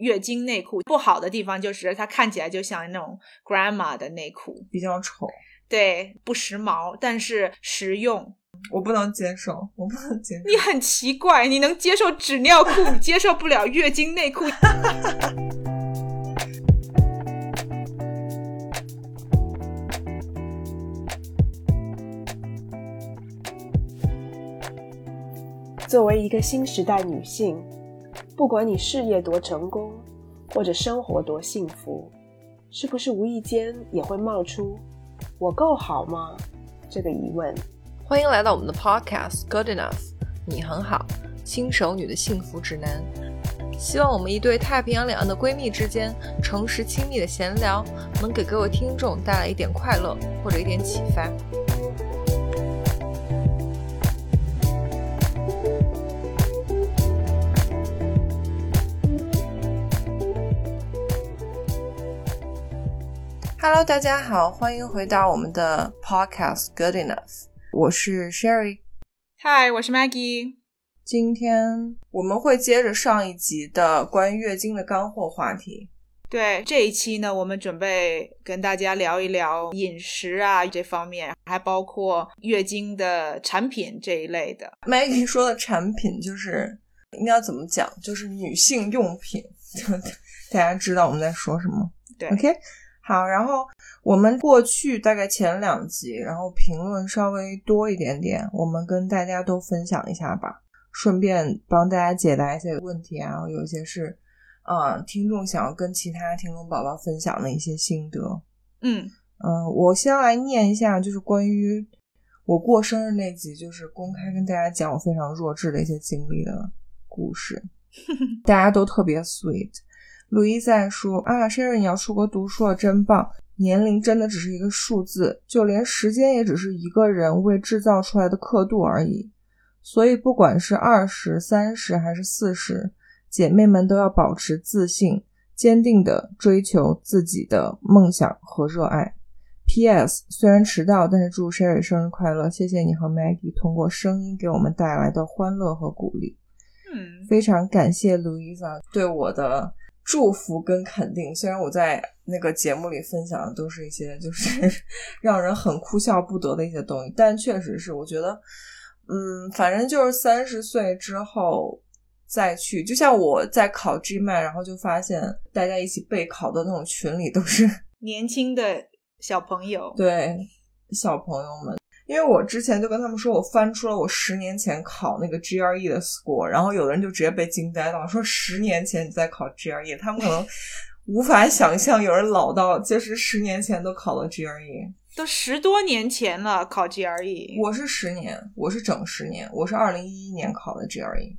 月经内裤，不好的地方就是它看起来就像那种 grandma 的内裤， 比较丑。 对，不时髦，但是实用。 我不能接受，我不能接受。 你很奇怪，你能接受纸尿裤，你接受不了月经内裤。 作为一个新时代女性，不管你事业多成功，或者生活多幸福，是不是无意间也会冒出“我够好吗”这个疑问？ 欢迎来到我们的 podcast Good Enough， 你很好，轻熟女的幸福指南。希望我们一对太平洋两岸的闺蜜之间诚实亲密的闲聊，能给各位听众带来一点快乐或者一点启发。Hello， 大家好，欢迎回到我们的 podcast Good Enough， 我是 Sherry。 嗨，我是 Maggie。 今天我们会接着上一集的关于月经的干货话题。 对，这一期呢，我们准备跟大家聊一聊饮食啊这方面，还包括月经的产品这一类的。 Maggie 说的产品就是应该怎么讲，就是女性用品，大家知道我们在说什么。 对 OK，好，然后我们过去大概前2集，然后评论稍微多一点点，我们跟大家都分享一下吧，顺便帮大家解答一些问题啊，然后有一些是听众想要跟其他听众宝宝分享的一些心得。我先来念一下，就是关于我过生日那集，就是公开跟大家讲我非常弱智的一些经历的故事大家都特别 sweet。路易在说Sherry 你要出国读书了，真棒，年龄真的只是一个数字，就连时间也只是一个人为制造出来的刻度而已，所以不管是20、30还是40，姐妹们都要保持自信，坚定地追求自己的梦想和热爱。 PS 虽然迟到，但是祝 Sherry 生日快乐，谢谢你和 Maggie 通过声音给我们带来的欢乐和鼓励。非常感谢 Louisa 对我的祝福跟肯定，虽然我在那个节目里分享的都是一些就是让人很哭笑不得的一些东西，但确实是我觉得反正就是30岁之后再去，就像我在考 GMAT， 然后就发现大家一起备考的那种群里都是年轻的小朋友， 对，小朋友们。因为我之前就跟他们说我翻出了我10年前考那个 GRE 的 score， 然后有的人就直接被惊呆了，说10年前你在考 GRE， 他们可能无法想象有人老到就是10年前都考了 GRE， 都10多年前了考 GRE。 我是10年，我是整10年，我是2011年考的 GRE。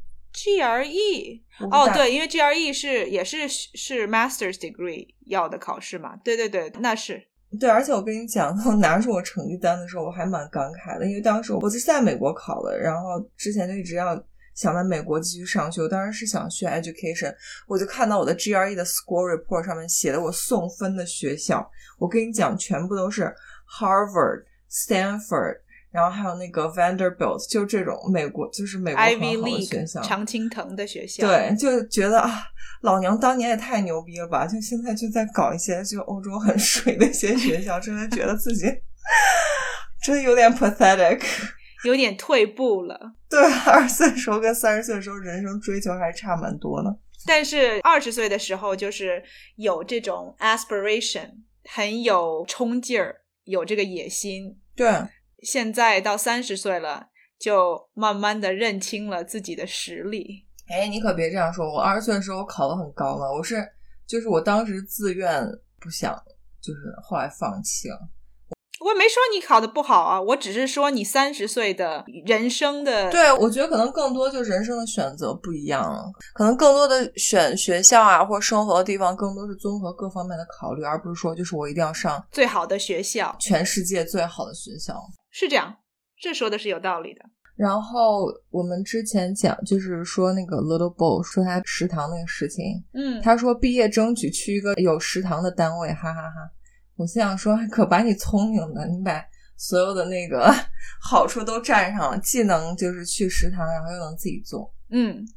对，因为 GRE 也是 Master's Degree 要的考试嘛，对对对，那是对，而且我跟你讲，我拿出我成绩单的时候我还蛮感慨的，因为当时我是在美国考的，然后之前就一直要想在美国继续上学，我当时是想学 education， 我就看到我的 GRE 的 score report 上面写的我送分的学校，我跟你讲全部都是 Harvard、Stanford， 然后还有那个 Vanderbilt， 就这种美国很好的学校， Ivy League 常青藤的学校。 对，就觉得老娘当年也太牛逼了吧，就现在就在搞一些就欧洲很水的一些学校，真的觉得自己真的有点 pathetic， 有点退步了。 对，20岁的时候跟30岁的时候人生追求还是差蛮多的。 但是20岁的时候就是有这种 aspiration， 很有冲劲儿，有这个野心。 对， 现在到30岁了，就慢慢的认清了自己的实力。 你可别这样说，我20岁的时候我考得很高了，就是我当时自愿不想，就是后来放弃了。 我没说你考得不好啊，我只是说你30岁的人生的， 对，我觉得可能更多就是人生的选择不一样了，可能更多的选学校啊或生活的地方更多是综合各方面的考虑，而不是说就是我一定要上最好的学校， 全世界最好的学校。 是这样，这说的是有道理的。 然后我们之前讲就是说那个 Little Bo 说他食堂那个事情，他说毕业争取去一个有食堂的单位，哈哈哈。我心想说可把你聪明的，你把所有的那个好处都占上了，既能就是去食堂，然后又能自己做。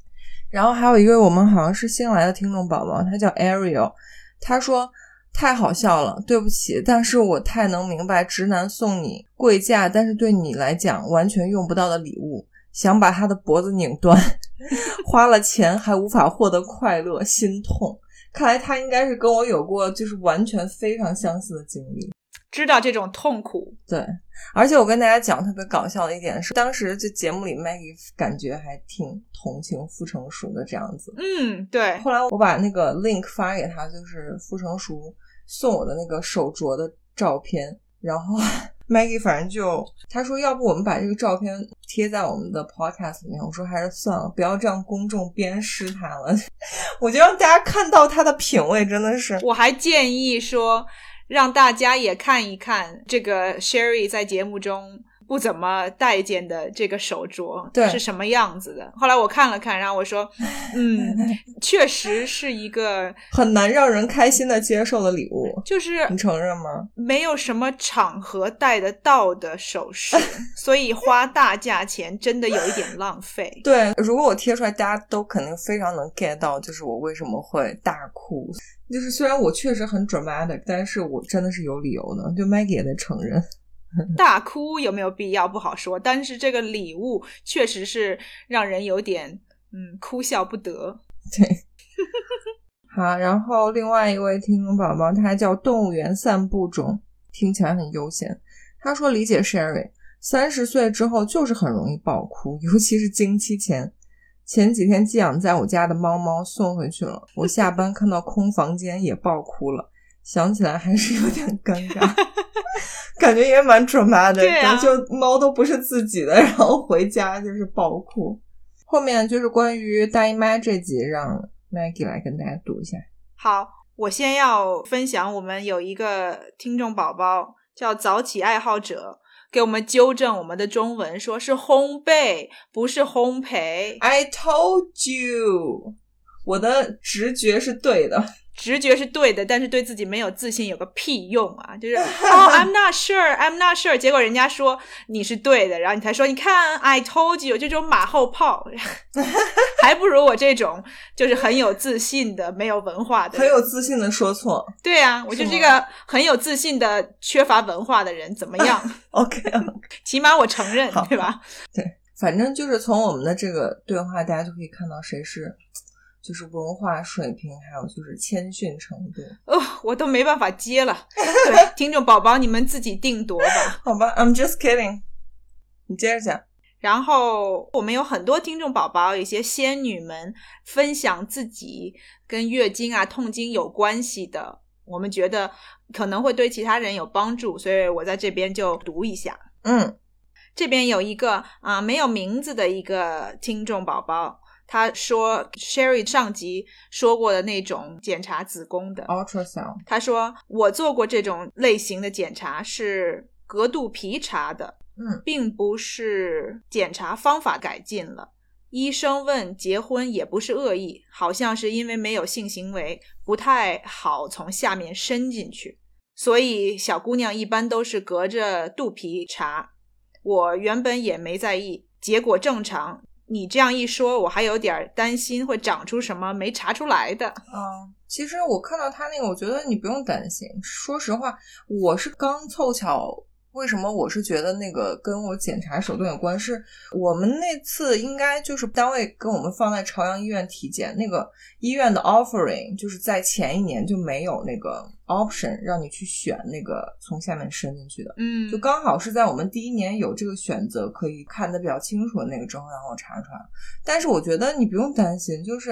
然后还有一位我们好像是新来的听众宝宝，他叫 Ariel， 他说太好笑了，对不起，但是我太能明白直男送你贵价但是对你来讲完全用不到的礼物，想把他的脖子拧断花了钱还无法获得快乐，心痛。看来他应该是跟我有过就是完全非常相似的经历， 知道这种痛苦。 对，而且我跟大家讲特别搞笑的一点是，当时这节目里 Maggie 感觉还挺同情傅成熟的这样子。 对。 后来我把那个 link 发给他，就是傅成熟送我的那个手镯的照片，然后Maggie 反正就他说要不我们把这个照片贴在我们的 podcast 里面，我说还是算了，不要这样公众鞭尸他了我就让大家看到他的品味，真的是。 我还建议说让大家也看一看这个 Sherry 在节目中不怎么待见的这个手镯对是什么样子的。后来我看了看，然后我说确实是一个很难让人开心的接受的礼物， 就是你承认吗？ 没有什么场合戴得到的首饰所以花大价钱真的有一点浪费。 对，如果我贴出来大家都肯定非常能 get 到就是我为什么会大哭，就是虽然我确实很 dramatic， 但是我真的是有理由的，就 Maggie 也得承认。 大哭有没有必要不好说，但是这个礼物确实是让人有点哭笑不得。 对好，然后另外一位听众宝宝他叫动物园散步中，听起来很悠闲。他说理解 Sherry 30岁之后就是很容易爆哭，尤其是经期前。前几天寄养在我家的猫猫送回去了，我下班看到空房间也爆哭了，想起来还是有点尴尬感觉也蛮dramatic的， 对啊， 就猫都不是自己的，然后回家就是爆哭。后面就是关于大姨妈这集，让 Maggie 来跟大家读一下。 好，我先要分享我们有一个听众宝宝叫早起爱好者，给我们纠正我们的中文，说是烘焙不是烘焙。 I told you， 我的直觉是对的， 直觉是对的，但是对自己没有自信有个屁用啊，就是I'm not sure I'm not sure， 结果人家说你是对的，然后你才说你看 I told you， 这种马后炮还不如我这种就是很有自信的没有文化的人， 很有自信的说错。 对啊，我就是一个很有自信的缺乏文化的人，怎么样 OK 起码我承认，对吧？ 对，反正就是从我们的这个对话大家就可以看到谁是就是文化水平还有就是谦逊程度。 我都没办法接了对，听众宝宝你们自己定夺吧。 好吧 I'm just kidding， 你接着讲。 然后我们有很多听众宝宝，一些仙女们分享自己跟月经啊痛经有关系的，我们觉得可能会对其他人有帮助，所以我在这边就读一下。这边有一个没有名字的一个听众宝宝，他说 Sherry 上集说过的那种检查子宫的 ultrasound， 他说我做过这种类型的检查，是隔肚皮查的，并不是检查方法改进了。医生问结婚也不是恶意，好像是因为没有性行为不太好从下面伸进去，所以小姑娘一般都是隔着肚皮查。我原本也没在意，结果正常。你这样一说，我还有点担心会长出什么没查出来的。 其实我看到他那个，我觉得你不用担心。说实话，我是刚凑巧，为什么我是觉得那个跟我检查手段有关，是我们那次应该就是单位跟我们放在朝阳医院体检，那个医院的 offering 就是在前一年就没有那个 option 让你去选那个从下面伸进去的，就刚好是在我们第一年有这个选择可以看得比较清楚的那个之后让我查出来了。但是我觉得你不用担心，就是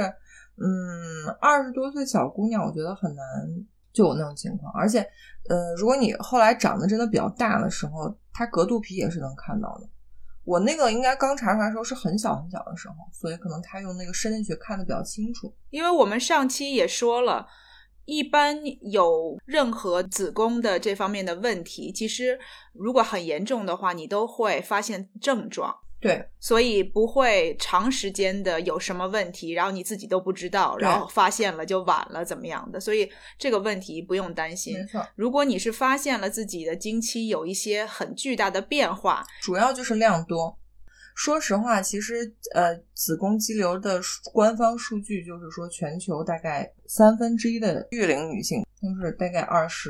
20多岁小姑娘我觉得很难就有那种情况，而且如果你后来长得真的比较大的时候，它隔肚皮也是能看到的。我那个应该刚查出来的时候是很小很小的时候，所以可能他用那个伸进去看得比较清楚。 因为我们上期也说了，一般有任何子宫的这方面的问题，其实如果很严重的话，你都会发现症状。 对， 所以不会长时间的有什么问题，然后你自己都不知道，然后发现了就晚了怎么样的，所以这个问题不用担心。 没错， 如果你是发现了自己的经期有一些很巨大的变化， 主要就是量多。 说实话，其实子宫肌瘤的官方数据就是说，全球大概1/3的育龄女性，就是大概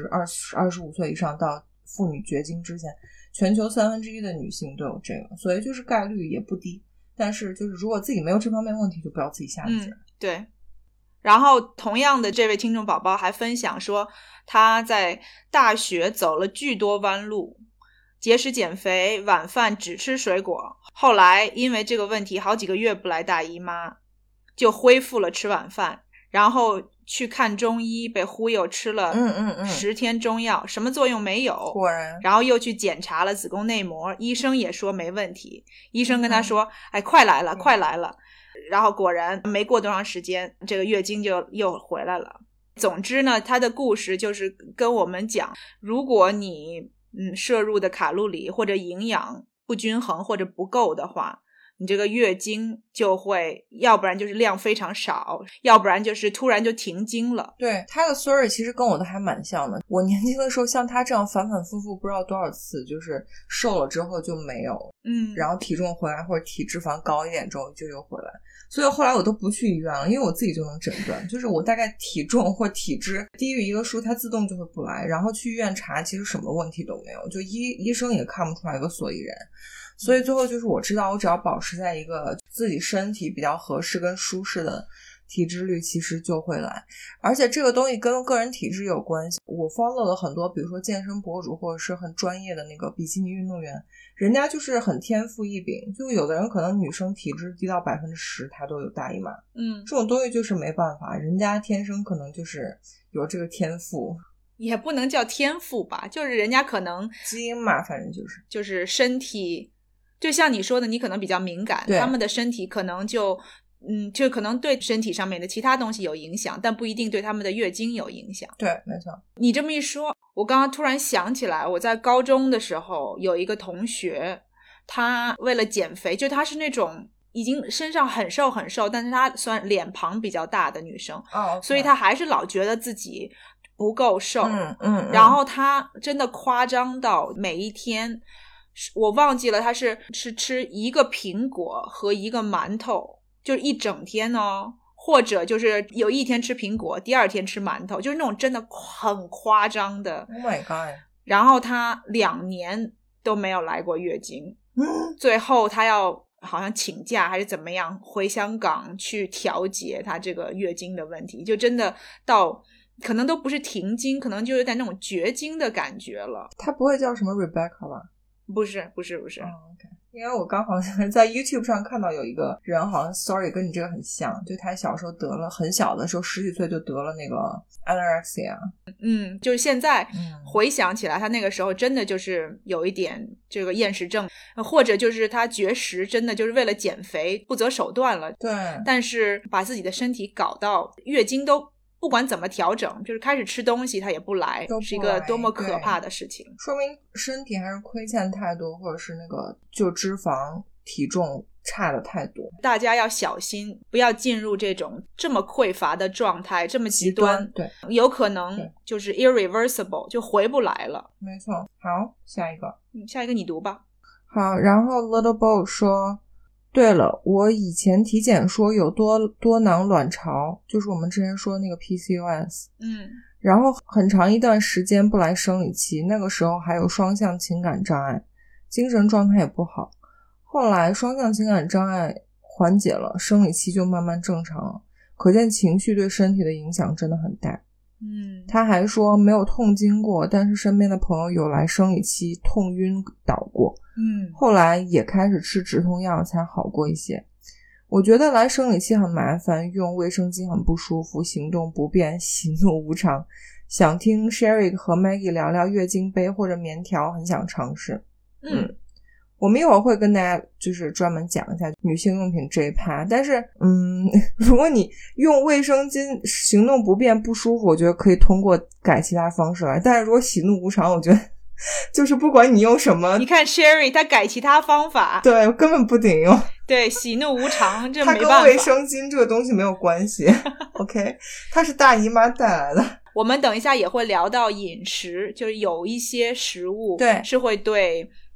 25岁以上到妇女绝经之前，全球1/3的女性都有这个，所以就是概率也不低。但是就是如果自己没有这方面问题，就不要自己下决。 对。然后同样的这位听众宝宝还分享说，他在大学走了巨多弯路，节食减肥，晚饭只吃水果，后来因为这个问题好几个月不来大姨妈，就恢复了吃晚饭，然后去看中医，被忽悠吃了10天中药，什么作用没有， 果然， 然后又去检查了子宫内膜，医生也说没问题，医生跟他说哎，快来了快来了，然后果然没过多长时间，这个月经就又回来了。总之呢，他的故事就是跟我们讲，如果你摄入的卡路里或者营养不均衡或者不够的话，你这个月经就会要不然就是量非常少，要不然就是突然就停经了。 对，他的 story 其实跟我的还蛮像的。我年轻的时候像他这样反反复复不知道多少次，就是瘦了之后就没有，然后体重回来或者体脂肪高一点之后就又回来。所以后来我都不去医院了，因为我自己就能诊断，就是我大概体重或体脂低于一个数，它自动就会不来，然后去医院查其实什么问题都没有，就医生也看不出来一个所以然。所以最后就是我知道我只要保持在一个自己身体比较合适跟舒适的体脂率，其实就会来。而且这个东西跟个人体质有关系，我 follow 了很多比如说健身博主或者是很专业的那个比基尼运动员，人家就是很天赋异禀，就有的人可能女生体质低到10%她都有大姨妈，这种东西就是没办法，人家天生可能就是有这个天赋， 也不能叫天赋吧，就是人家可能基因嘛，反正就是身体，就像你说的，你可能比较敏感，他们的身体可能就可能对身体上面的其他东西有影响，但不一定对他们的月经有影响。 对，没错。 你这么一说，我刚刚突然想起来，我在高中的时候有一个同学，他为了减肥，就他是那种已经身上很瘦很瘦，但是他算脸庞比较大的女生，所以他还是老觉得自己不够瘦，然后他真的夸张到每一天，我忘记了他是吃一个苹果和一个馒头，就是一整天哦，或者就是有一天吃苹果，第二天吃馒头，就是那种真的很夸张的。 Oh my god！ 然后他2年都没有来过月经，最后他要好像请假还是怎么样回香港去调节他这个月经的问题，就真的到可能都不是停经，可能就有点那种绝经的感觉了。 他不会叫什么 Rebecca 吧？ 不是 OK。因为我刚好在 YouTube 上看到有一个人好像 story 跟你这个很像，就他小时候得了，很小的时候10几岁就得了那个 anorexia。 就是现在回想起来，他那个时候真的就是有一点这个厌食症，或者就是他绝食真的就是为了减肥不择手段了。 对， 但是把自己的身体搞到月经都不管怎么调整，就是开始吃东西它也不来，是一个多么可怕的事情。 说明身体还是亏欠太多，或者是那个就脂肪体重差的太多。 大家要小心，不要进入这种这么匮乏的状态，这么极端， 对， 有可能就是 irreversible， 就回不来了。 没错。好，下一个。 下一个你读吧。 好，然后 Little Bow 说，对了，我以前体检说有多囊卵巢，就是我们之前说那个 PCOS。然后很长一段时间不来生理期，那个时候还有双向情感障碍，精神状态也不好。后来双向情感障碍缓解了，生理期就慢慢正常了，可见情绪对身体的影响真的很大。他还说没有痛经过，但是身边的朋友有来生理期痛晕倒过，后来也开始吃止痛药才好过一些。我觉得来生理期很麻烦，用卫生巾很不舒服，行动不便，喜怒无常。想听 Sherry 和 Maggie 聊聊月经杯或者棉条，很想尝试。我们一会儿会跟大家就是专门讲一下女性用品这一趴，但是如果你用卫生巾行动不便不舒服，我觉得可以通过改其他方式来，但是如果喜怒无常，我觉得就是不管你用什么， 你看 Sherry 她改其他方法， 对，根本不顶用。 对，喜怒无常这没办法， 它跟卫生巾这个东西没有关系OK， 它是大姨妈带来的。 我们等一下也会聊到饮食，就是有一些食物对是会对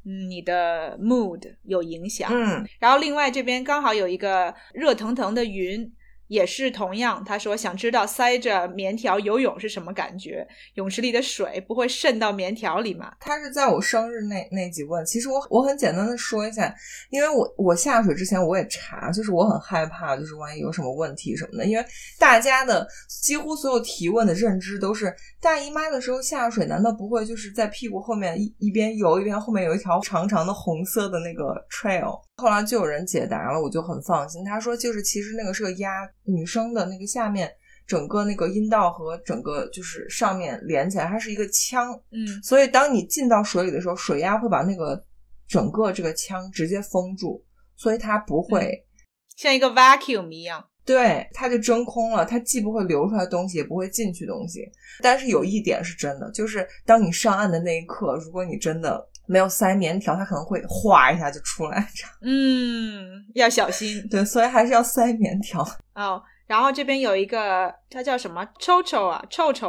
你的 mood 有影响。然后另外这边刚好有一个热腾腾的云，也是同样，他说想知道塞着棉条游泳是什么感觉，泳池里的水不会渗到棉条里吗？ 他是在我生日那集问，其实我很简单的说一下，因为我下水之前我也查，就是我很害怕就是万一有什么问题什么的，因为大家的几乎所有提问的认知都是大姨妈的时候下水难道不会就是在屁股后面一边游一边后面有一条长长的红色的那个 trail， 后来就有人解答了，我就很放心。他说就是其实那个是个压女生的那个下面整个那个阴道和整个就是上面连起来，它是一个腔，所以当你进到水里的时候，水压会把那个整个这个腔直接封住，所以它不会像一个 vacuum 一样， 对，它就真空了，它既不会流出来东西也不会进去东西。但是有一点是真的，就是当你上岸的那一刻，如果你真的没有塞棉条，它可能会哗一下就出来， 要小心。 对，所以还是要塞棉条。 然后这边有一个他叫什么臭臭啊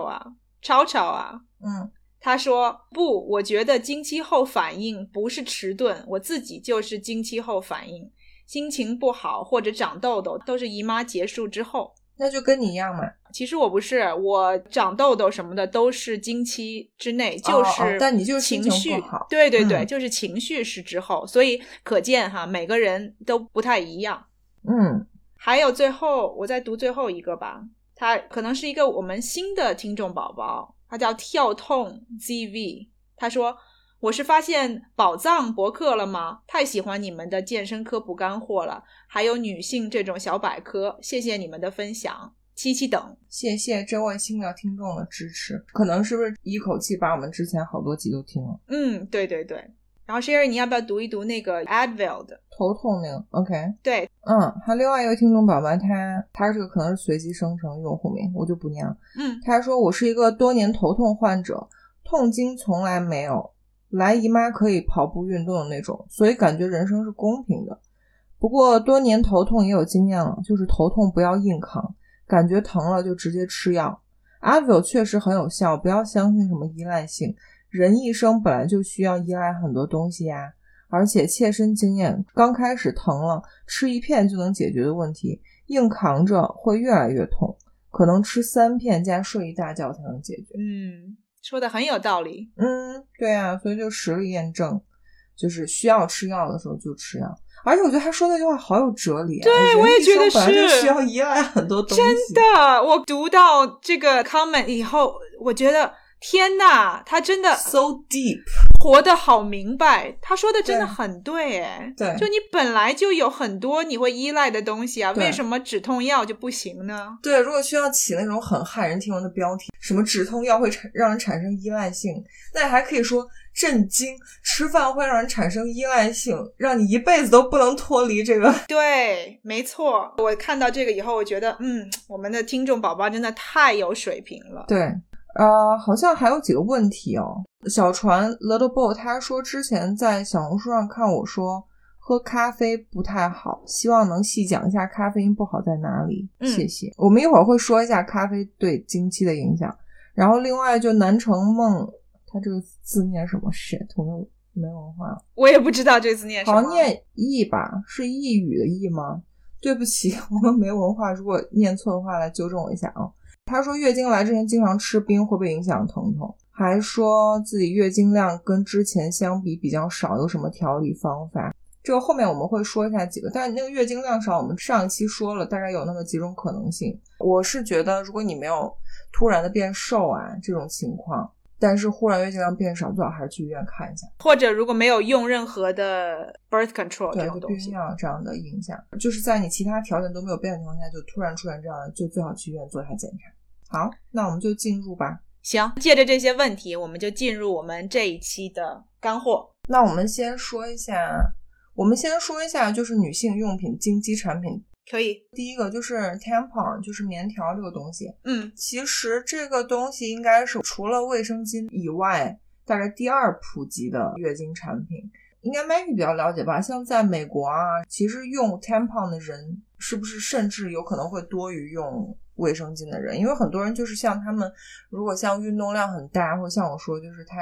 他说不，我觉得经期后反应不是迟钝，我自己就是经期后反应，心情不好或者长痘痘都是姨妈结束之后。 那就跟你一样嘛。 其实我不是，我长痘痘什么的都是经期之内，就是但你就是情绪， 心情不好。 对对对，就是情绪是之后，所以可见哈，每个人都不太一样。还有最后我再读最后一个吧，他可能是一个我们新的听众宝宝，他叫跳痛 ZV， 他说我是发现宝藏博客了吗？太喜欢你们的健身科普干货了，还有女性这种小百科，谢谢你们的分享，七七等。谢谢这位新的听众的支持，可能是不是一口气把我们之前好多集都听了。对对对。然后 Sherry 你要不要读一读那个 Advil 的头痛那个 OK。 对， 还有另外一位听众宝宝，他这个可能是随机生成用户名，我就不念了。他说我是一个多年头痛患者，痛经从来没有，来姨妈可以跑步运动的那种，所以感觉人生是公平的。不过多年头痛也有经验了，就是头痛不要硬扛，感觉疼了就直接吃药。Advil 确实很有效，不要相信什么依赖性，人一生本来就需要依赖很多东西呀，而且切身经验，刚开始疼了吃一片就能解决的问题，硬扛着会越来越痛，可能吃3片加睡一大觉才能解决。 说的很有道理。 对啊，所以就实力验证，就是需要吃药的时候就吃药。而且我觉得他说那句话好有哲理啊。 对，我也觉得是， 人一生本来就需要依赖很多东西。 真的，我读到这个 comment 以后，我觉得天哪，他真的 so deep， 活得好明白，他说的真的很对耶。 对， 就你本来就有很多你会依赖的东西啊，为什么止痛药就不行呢？ 对，如果需要起那种很骇人听闻的标题，什么止痛药会让人产生依赖性，那还可以说震惊，吃饭会让人产生依赖性，让你一辈子都不能脱离这个。 对，没错。我看到这个以后，我觉得我们的听众宝宝真的太有水平了。 对，好像还有几个问题哦。小船 Little Boat 他说之前在小红书上看我说喝咖啡不太好，希望能细讲一下咖啡因不好在哪里。谢谢。我们一会儿会说一下咖啡对经期的影响。然后另外就南城梦，他这个字念什么 shit， 我没文化， 我也不知道这个字念什么。 好像念意吧，是意语的意吗？对不起，我们没文化，如果念错的话来纠正我一下啊。他说月经来之前经常吃冰会不会影响疼痛，还说自己月经量跟之前相比较少，有什么调理方法。这个后面我们会说一下几个，但是那个月经量少我们上一期说了大概有那么几种可能性。我是觉得如果你没有突然的变瘦啊这种情况，但是忽然月经量变少，最好还是去医院看一下。 或者如果没有用任何的 birth control 这种东西， 避孕药这样的影响，就是在你其他条件都没有变的情况下就突然出现这样的，就最好去医院做一下检查。好，那我们就进入吧。 行，借着这些问题我们就进入我们这一期的干货。 那我们先说一下就是女性用品经期产品。 可以。 第一个就是 tampon， 就是棉条这个东西。其实这个东西应该是除了卫生巾以外大概第2普及的月经产品。应该 Maggie 比较了解吧，像在美国啊，其实用 tampon 的人是不是甚至有可能会多于用卫生巾的人，因为很多人就是像他们如果像运动量很大，或像我说就是他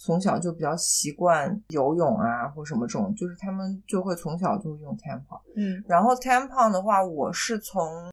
从小就比较习惯游泳啊或什么这种，就是他们就会从小就用 tampon。然后 tampon 的话，我是从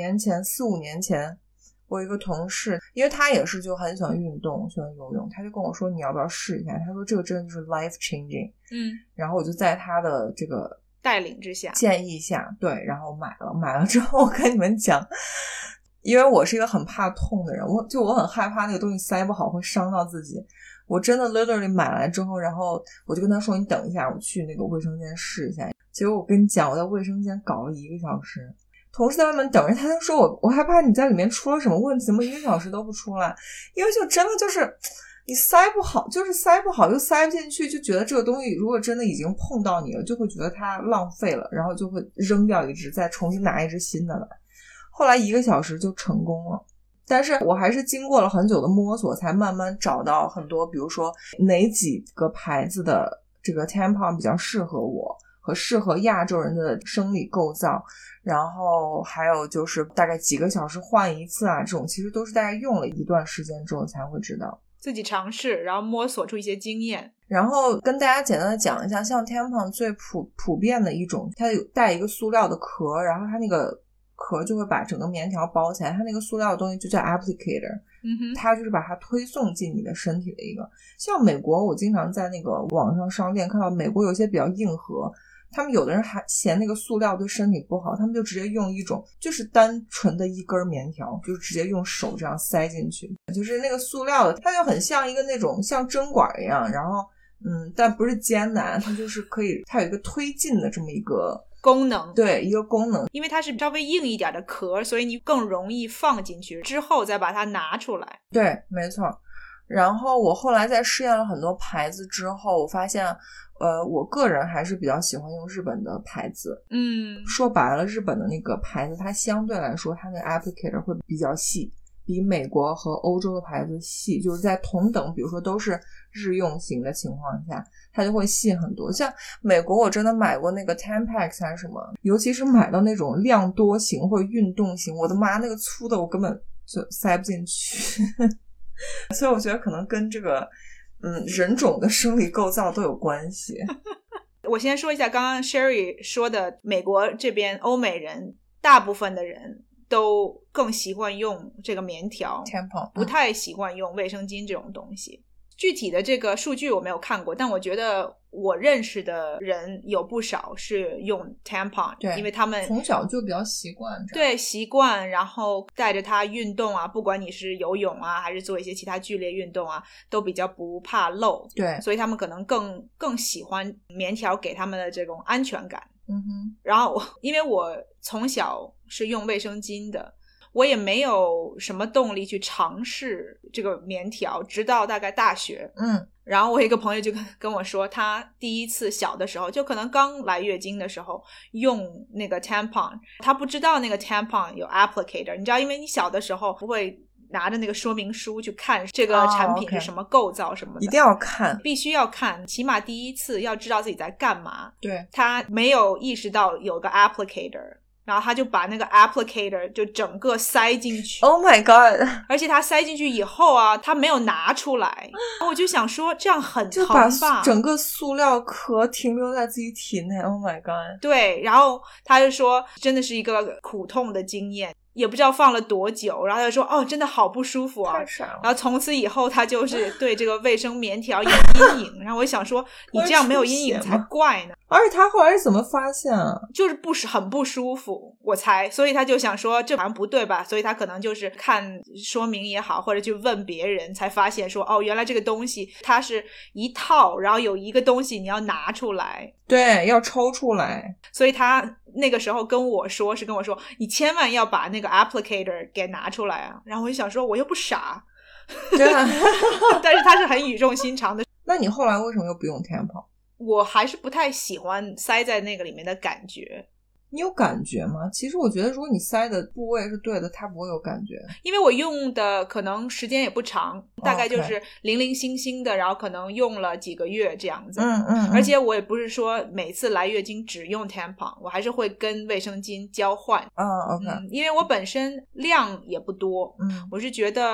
4、5年前，我有一个同事，因为他也是就很喜欢运动，喜欢游泳，他就跟我说你要不要试一下，他说这个真的就是 life changing。然后我就在他的这个带领之下建议下，对，然后买了之后，我跟你们讲，因为我是一个很怕痛的人，我很害怕那个东西塞不好会伤到自己。我真的 literally 买来之后，然后我就跟他说你等一下，我去那个卫生间试一下。结果我跟你讲，我在卫生间搞了1个小时，同事在外面等着，他就说我害怕你在里面出了什么问题，怎么1个小时都不出来？因为就真的就是你塞不好，就是塞不好又塞不进去，就觉得这个东西如果真的已经碰到你了，就会觉得它浪费了，然后就会扔掉一只，再重新拿一只新的来。后来1个小时就成功了，但是我还是经过了很久的摸索，才慢慢找到很多，比如说哪几个牌子的这个 tampon 比较适合我和适合亚洲人的生理构造，然后还有就是大概几个小时换一次啊，这种其实都是大概用了一段时间之后才会知道， 自己尝试，然后摸索出一些经验。 然后跟大家简单的讲一下，像 tampon 最普遍的一种，它有带一个塑料的壳，然后它那个壳就会把整个棉条包起来，它那个塑料的东西就叫 applicator。它就是把它推送进你的身体的一个。像美国，我经常在那个网上商店看到美国有些比较硬核，他们有的人还嫌那个塑料对身体不好，他们就直接用一种就是单纯的一根棉条，就直接用手这样塞进去，就是那个塑料的，它就很像一个那种像针管一样，然后但不是艰难，它就是可以，它有一个推进的这么一个功能， 对，一个功能， 因为它是稍微硬一点的壳，所以你更容易放进去，之后再把它拿出来。 对，没错。然后我后来在试验了很多牌子之后，我发现我个人还是比较喜欢用日本的牌子。说白了，日本的那个牌子它相对来说它那个 applicator 会比较细，比美国和欧洲的牌子细，就是在同等比如说都是日用型的情况下，它就会细很多。像美国我真的买过那个 Tampax 还是什么，尤其是买到那种量多型或者运动型，我的妈，那个粗的我根本就塞不进去所以我觉得可能跟这个人种的生理构造都有关系我先说一下刚刚 Sherry 说的，美国这边欧美人大部分的人都更习惯用这个棉条 tampon， 不太习惯用卫生巾这种东西。具体的这个数据我没有看过，但我觉得我认识的人有不少是用 tampon， 对， 因为他们从小就比较习惯， 对，习惯，然后带着它运动啊，不管你是游泳啊还是做一些其他剧烈运动啊，都比较不怕漏， 对， 所以他们可能更喜欢棉条给他们的这种安全感。然后因为我从小是用卫生巾的，我也没有什么动力去尝试这个棉条，直到大概大学。然后我一个朋友就跟我说，他第一次小的时候，就可能刚来月经的时候用那个 tampon， 他不知道那个 tampon 有 applicator， 你知道，因为你小的时候不会拿着那个说明书去看这个产品是什么构造什么的， 一定要看， 必须要看，起码第一次要知道自己在干嘛。 对， 他没有意识到有个 applicator，然后他就把那个 applicator 就整个塞进去。 Oh my god！ 而且他塞进去以后啊，他没有拿出来。我就想说，这样很疼吧？ 就把整个塑料壳停留在自己体内。Oh my god！ 对，然后他就说，真的是一个苦痛的经验。也不知道放了多久，然后他就说哦，真的好不舒服啊。然后从此以后他就是对这个卫生棉条有阴影。然后我想说你这样没有阴影才怪呢。 而且他后来是怎么发现啊？ 就是很不舒服，我猜，所以他就想说这好像不对吧，所以他可能就是看说明也好，或者去问别人，才发现说哦，原来这个东西它是一套，然后有一个东西你要拿出来， 对，要抽出来。 所以他那个时候跟我说你千万要把那个 applicator 给拿出来啊。然后我就想说我又不傻， 对啊但是他是很语重心长的。 那你后来为什么又不用 tampon？ 我还是不太喜欢塞在那个里面的感觉。 你有感觉吗？其实我觉得如果你塞的部位是对的，它不会有感觉。 因为我用的可能时间也不长，大概就是零零星星的，然后可能用了几个月这样子。而且我也不是说每次来月经只用 tampon， 我还是会跟卫生巾交换。 OK。 因为我本身量也不多。我是觉得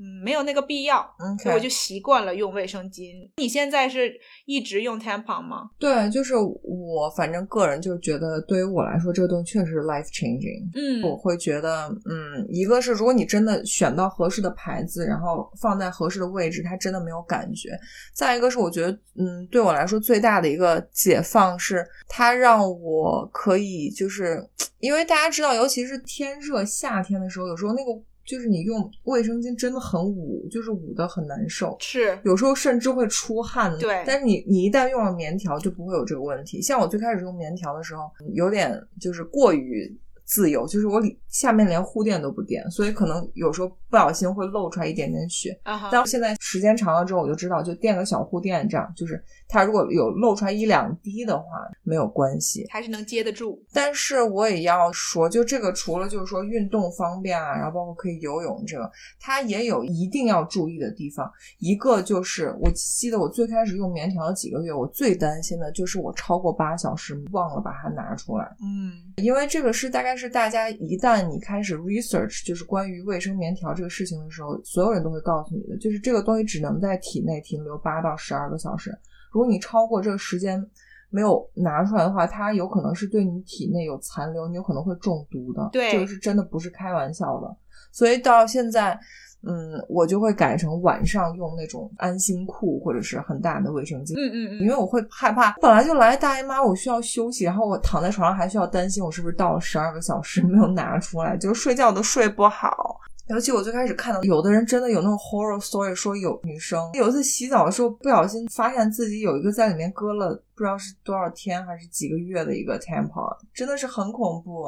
没有那个必要，所以我就习惯了用卫生巾。你现在是一直用 tampon 吗？ 对，就是我反正个人就觉得对于我来说这个东西确实是 life changing。我会觉得一个是如果你真的选到合适的牌子，然后放在合适的位置，它真的没有感觉。再一个是我觉得对我来说最大的一个解放是它让我可以就是因为大家知道尤其是天热夏天的时候，有时候那个就是你用卫生巾真的很捂，就是捂得很难受， 是有时候甚至会出汗。 对， 但是你一旦用了棉条就不会有这个问题。像我最开始用棉条的时候有点就是过于自由，就是我下面连护垫都不垫，所以可能有时候不小心会露出来一点点血。但现在时间长了之后我就知道就垫个小护垫，这样就是它如果有露出来1-2滴的话没有关系， 还是能接得住。但是我也要说就这个除了就是说运动方便啊，然后包括可以游泳，这个它也有一定要注意的地方。一个就是我记得我最开始用棉条的几个月，我最担心的就是我超过8小时忘了把它拿出来。因为这个是大概是大家一旦你开始 research 就是关于卫生棉条这个事情的时候，所有人都会告诉你的，就是这个东西只能在体内停留8到12个小时，如果你超过这个时间没有拿出来的话，它有可能是对你体内有残留，你有可能会中毒的。 对， 这个是真的不是开玩笑的。所以到现在我就会改成晚上用那种安心裤或者是很大的卫生巾。因为我会害怕本来就来大姨妈我需要休息，然后我躺在床上还需要担心我是不是到了12个小时没有拿出来，就是睡觉都睡不好。尤其我最开始看到有的人真的有那种 horror story 说有女生有一次洗澡的时候不小心发现自己有一个在里面搁了不知道是多少天还是几个月的一个 tampon， 真的是很恐怖。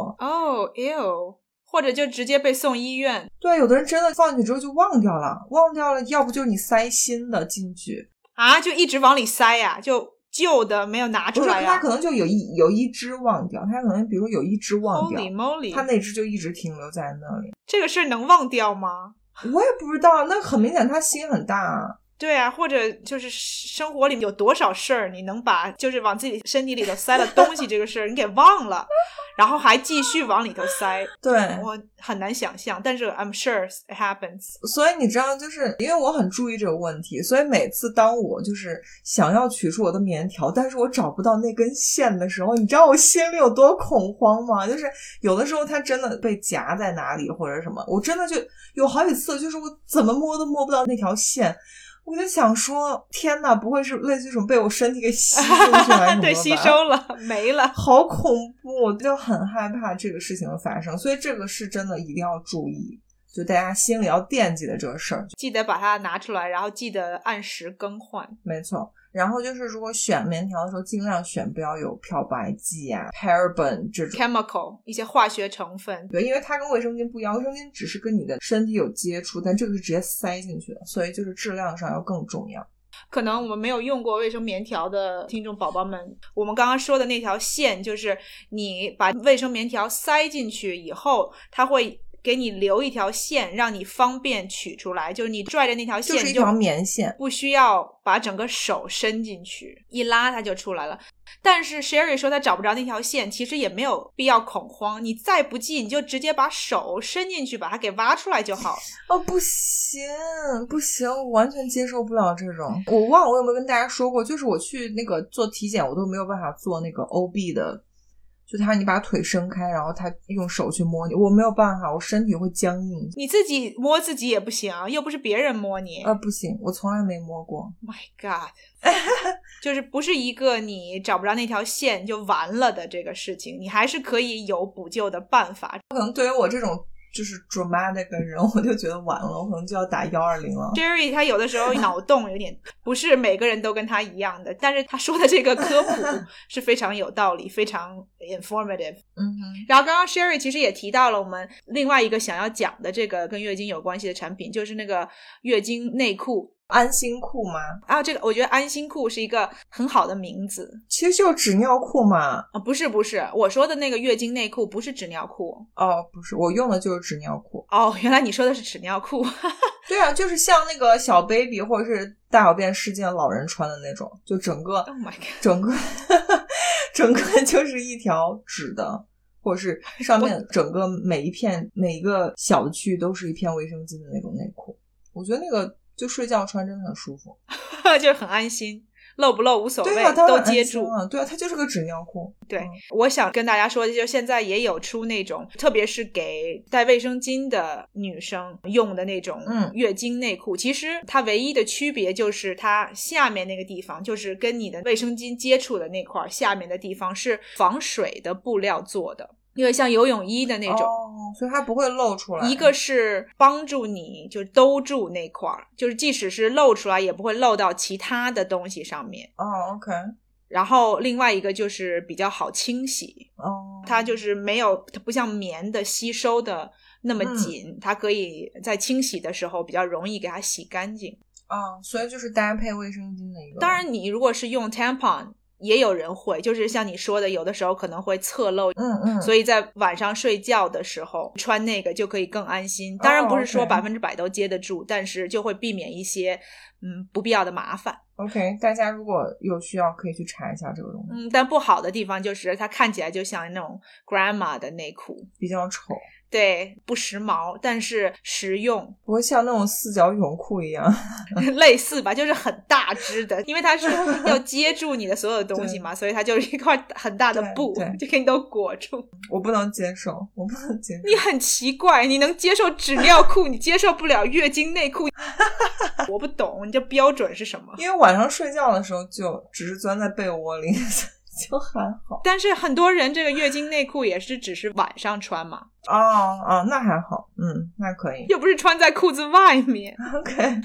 ew，或者就直接被送医院。 对，有的人真的放进去之后就忘掉了，要不就是你塞新的进去啊，就一直往里塞呀，就旧的没有拿出来呀。 不是，他可能就有一只忘掉，他可能比如说有一只忘掉 Holy moly， 他那只就一直停留在那里。 这个事能忘掉吗？ 我也不知道，那很明显他心很大啊。 对啊，或者就是生活里有多少事儿，你能把就是往自己身体里头塞了东西这个事儿你给忘了，然后还继续往里头塞。 对， 我很难想象，但是 I'm sure it happens。 所以你知道就是因为我很注意这个问题，所以每次当我就是想要取出我的棉条但是我找不到那根线的时候，你知道我心里有多恐慌吗？就是有的时候它真的被夹在哪里或者什么，我真的就有好几次就是我怎么摸都摸不到那条线，我就想说天哪，不会是类似于什么被我身体给吸进去还是什么对，吸收了没了， 好恐怖，我就很害怕这个事情的发生。所以这个是真的一定要注意，就大家心里要惦记的这个事儿， 记得把它拿出来，然后记得按时更换。 没错。然后就是如果选棉条的时候尽量选不要有漂白剂啊 paraben 这种 chemical 一些化学成分。 对，因为它跟卫生巾不一样，卫生巾只是跟你的身体有接触，但这个是直接塞进去的，所以就是质量上要更重要。 可能我们没有用过卫生棉条的听众宝宝们，我们刚刚说的那条线就是你把卫生棉条塞进去以后，它会给你留一条线让你方便取出来，就是你拽着那条线就是一条棉线， 不需要把整个手伸进去，一拉它就出来了。但是 Sherry 说她找不着那条线，其实也没有必要恐慌，你再不济你就直接把手伸进去把它给挖出来就好。 不行不行，我完全接受不了这种。我忘了我有没有跟大家说过，就是我去那个做体检我都没有办法做那个 OB 的，就他让你把腿伸开然后他用手去摸你，我没有办法，我身体会僵硬。 你自己摸自己也不行，又不是别人摸你。 不行，我从来没摸过。 My God 就是不是一个你找不着那条线就完了的这个事情，你还是可以有补救的办法。 可能对于我这种就是 dramatic 的人我就觉得完了，我可能就要打120了。 Jerry 他有的时候脑洞有点不是每个人都跟他一样的，但是他说的这个科普是非常有道理非常 informative。 然后刚刚 Sherry 其实也提到了我们另外一个想要讲的这个跟月经有关系的产品，就是那个月经内裤。 安心裤吗？ 这个我觉得安心裤是一个很好的名字， 其实就是纸尿裤嘛。 不是我说的那个月经内裤不是纸尿裤。 不是，我用的就是纸尿裤。 原来你说的是纸尿裤。 对啊，就是像那个小 baby 或者是大小便失禁的老人穿的那种，就整个 Oh my God 整个就是一条纸的，或者是上面整个每一个小的区域都是一片卫生巾的那种内裤。 我觉得那个就睡觉穿真的很舒服就是很安心，露不露无所谓， 对啊， 都接住。 对啊，它就是个纸尿裤。 对，我想跟大家说的就是现在也有出那种特别是给带卫生巾的女生用的那种月经内裤，其实它唯一的区别就是它下面那个地方，就是跟你的卫生巾接触的那块下面的地方是防水的布料做的，因为像游泳衣的那种所以它不会露出来。 一个是帮助你就兜住那块，就是即使是露出来也不会露到其他的东西上面。 OK。 然后另外一个就是比较好清洗。它就是没有，它不像棉的吸收的那么紧，它可以在清洗的时候比较容易给它洗干净。 所以就是搭配卫生巾的一个。 当然你如果是用 tampon也有人会，就是像你说的有的时候可能会侧漏，所以在晚上睡觉的时候穿那个就可以更安心。当然不是说100%都接得住，但是就会避免一些不必要的麻烦。 OK， 大家如果有需要可以去查一下这个东西。 但不好的地方就是它看起来就像那种 grandma 的内裤， 比较丑。 对，不时髦，但是实用， 不会像那种四角泳裤一样类似吧，就是很大只的，因为它是要接住你的所有的东西嘛，所以它就是一块很大的布，就给你都裹住。 我不能接受。 你很奇怪，你能接受纸尿裤，你接受不了月经内裤我不懂你这标准是什么。 因为晚上睡觉的时候就只是钻在被窝里就还好。 但是很多人这个月经内裤也是只是晚上穿嘛。 那还好。那可以， 又不是穿在裤子外面。 OK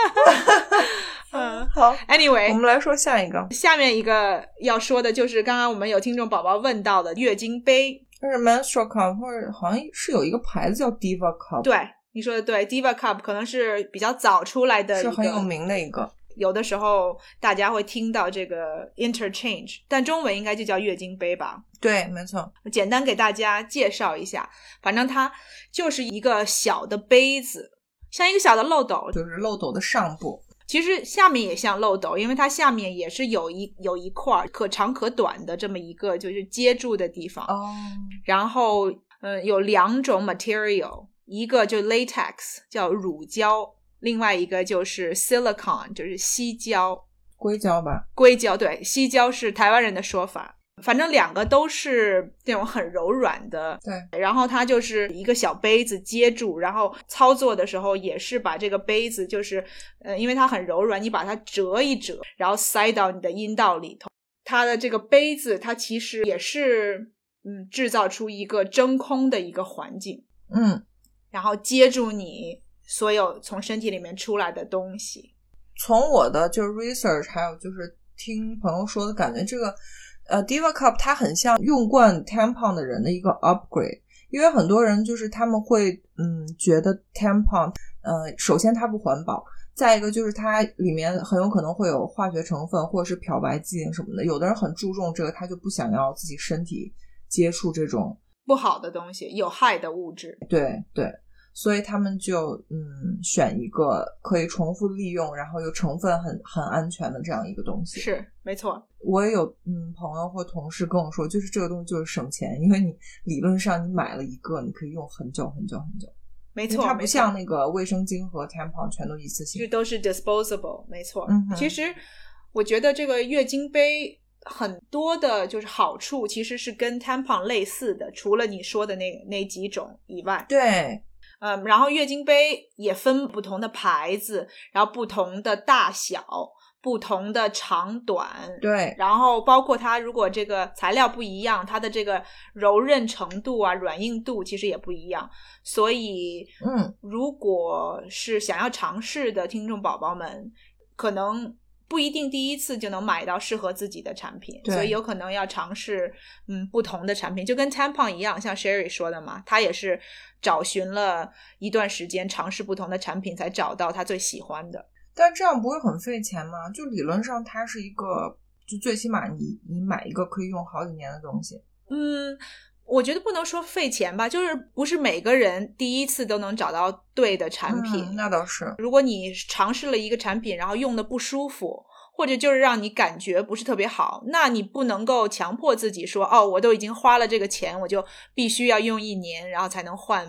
好 Anyway， 我们来说下一个。 下面一个要说的就是刚刚我们有听众宝宝问到的月经杯， 就是 menstrual cup， 或者好像是有一个牌子叫 Diva Cup。 对，你说的对， Diva Cup 可能是比较早出来的一个， 是很有名的一个。 有的时候大家会听到这个 interchange， 但中文应该就叫月经杯吧。 对，没错。 简单给大家介绍一下，反正它就是一个小的杯子，像一个小的漏斗， 就是漏斗的上部。 其实下面也像漏斗，因为它下面也是有一块可长可短的这么一个就是接住的地方。然后有两种 material， 一个就 latex 叫乳胶，另外一个就是 silicone 就是矽胶。 硅胶吧。 硅胶，对，矽胶是台湾人的说法。反正两个都是那种很柔软的。 对， 然后它就是一个小杯子接住，然后操作的时候也是把这个杯子就是因为它很柔软，你把它折一折，然后塞到你的阴道里头。它的这个杯子它其实也是制造出一个真空的一个环境，然后接住你所有从身体里面出来的东西。 从我的就是 research 还有就是听朋友说的感觉，这个Diva Cup 它很像用惯 tampon 的人的一个 upgrade， 因为很多人就是他们会觉得 tampon 首先它不环保，再一个就是它里面很有可能会有化学成分或者是漂白剂什么的，有的人很注重这个，他就不想要自己身体接触这种不好的东西，有害的物质。 对对，所以他们就选一个可以重复利用，然后又成分很安全的这样一个东西。 是，没错。 我也有朋友或同事跟我说，就是这个东西就是省钱，因为你理论上你买了一个，你可以用很久很久很久。 没错， 它不像那个卫生巾和 tampon 全都一次性， 就都是 disposable。 没错。其实我觉得这个月经杯很多的就是好处其实是跟 tampon 类似的，除了你说的那几种以外。 对。 然后月经杯也分不同的牌子，然后不同的大小，不同的长短。 对。 然后包括它如果这个材料不一样，它的这个柔韧程度啊软硬度其实也不一样。所以如果是想要尝试的听众宝宝们，可能不一定第一次就能买到适合自己的产品，所以有可能要尝试不同的产品，就跟 tampon 一样，像 Sherry 说的嘛，他也是找寻了一段时间尝试不同的产品才找到他最喜欢的。 但这样不会很费钱吗？就理论上它是一个就最起码你买一个可以用好几年的东西。 我觉得不能说费钱吧，就是不是每个人第一次都能找到对的产品。 那倒是。 如果你尝试了一个产品然后用的不舒服，或者就是让你感觉不是特别好，那你不能够强迫自己说我都已经花了这个钱，我就必须要用1年然后才能换。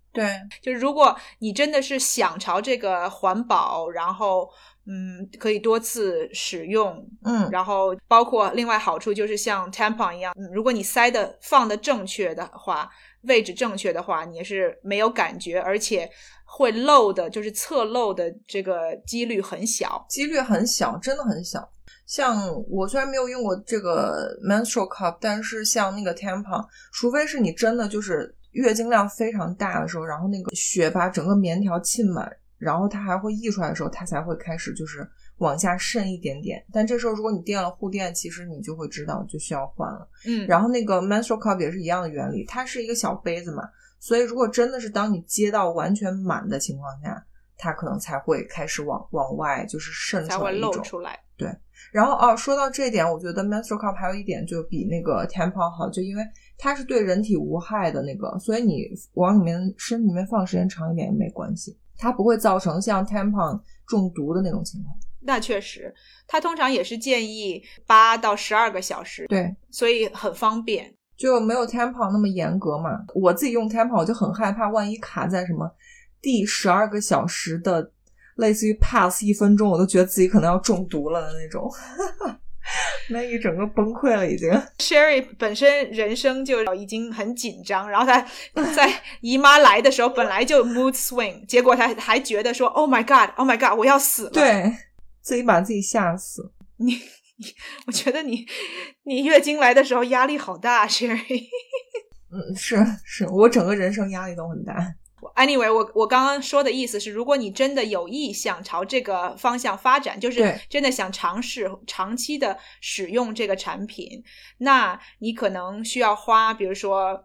对， 就是如果你真的是想朝这个环保，然后可以多次使用，然后包括另外好处就是像 tampon 一样，如果你放的正确的话，位置正确的话，你也是没有感觉，而且会漏的，就是侧漏的这个几率很小， 真的很小。像我虽然没有用过这个 menstrual cup， 但是像那个 tampon， 除非是你真的就是月经量非常大的时候，然后那个血把整个棉条浸满，然后它还会溢出来的时候，它才会开始就是往下渗一点点。但这时候如果你垫了护垫，其实你就会知道就需要换了。然后那个 menstrual cup 也是一样的原理，它是一个小杯子嘛，所以如果真的是当你接到完全满的情况下，它可能才会开始往外就是渗出来一种， 才会漏出来。 对，然后说到这一点，我觉得 menstrual cup 还有一点就比那个 tampon 好，就因为它是对人体无害的那个，所以你往身体里面放时间长一点也没关系，它不会造成像 tampon 中毒的那种情况。 那确实，它通常也是建议8到12个小时， 对， 所以很方便， 就没有 tampon 那么严格嘛。我自己用 tampon 我就很害怕，万一卡在什么第12个小时的类似于 pass 1分钟，我都觉得自己可能要中毒了的那种。那一整个崩溃了已经。 Sherry 本身人生就已经很紧张，然后她在姨妈来的时候本来就 mood swing， 结果她还觉得说 Oh my God 我要死了， 对，自己把自己吓死。 我觉得你月经来的时候压力好大 Sherry。 是我整个人生压力都很大。 Anyway， 我刚刚说的意思是，如果你真的有意向朝这个方向发展，就是真的想尝试长期的使用这个产品，那你可能需要花比如说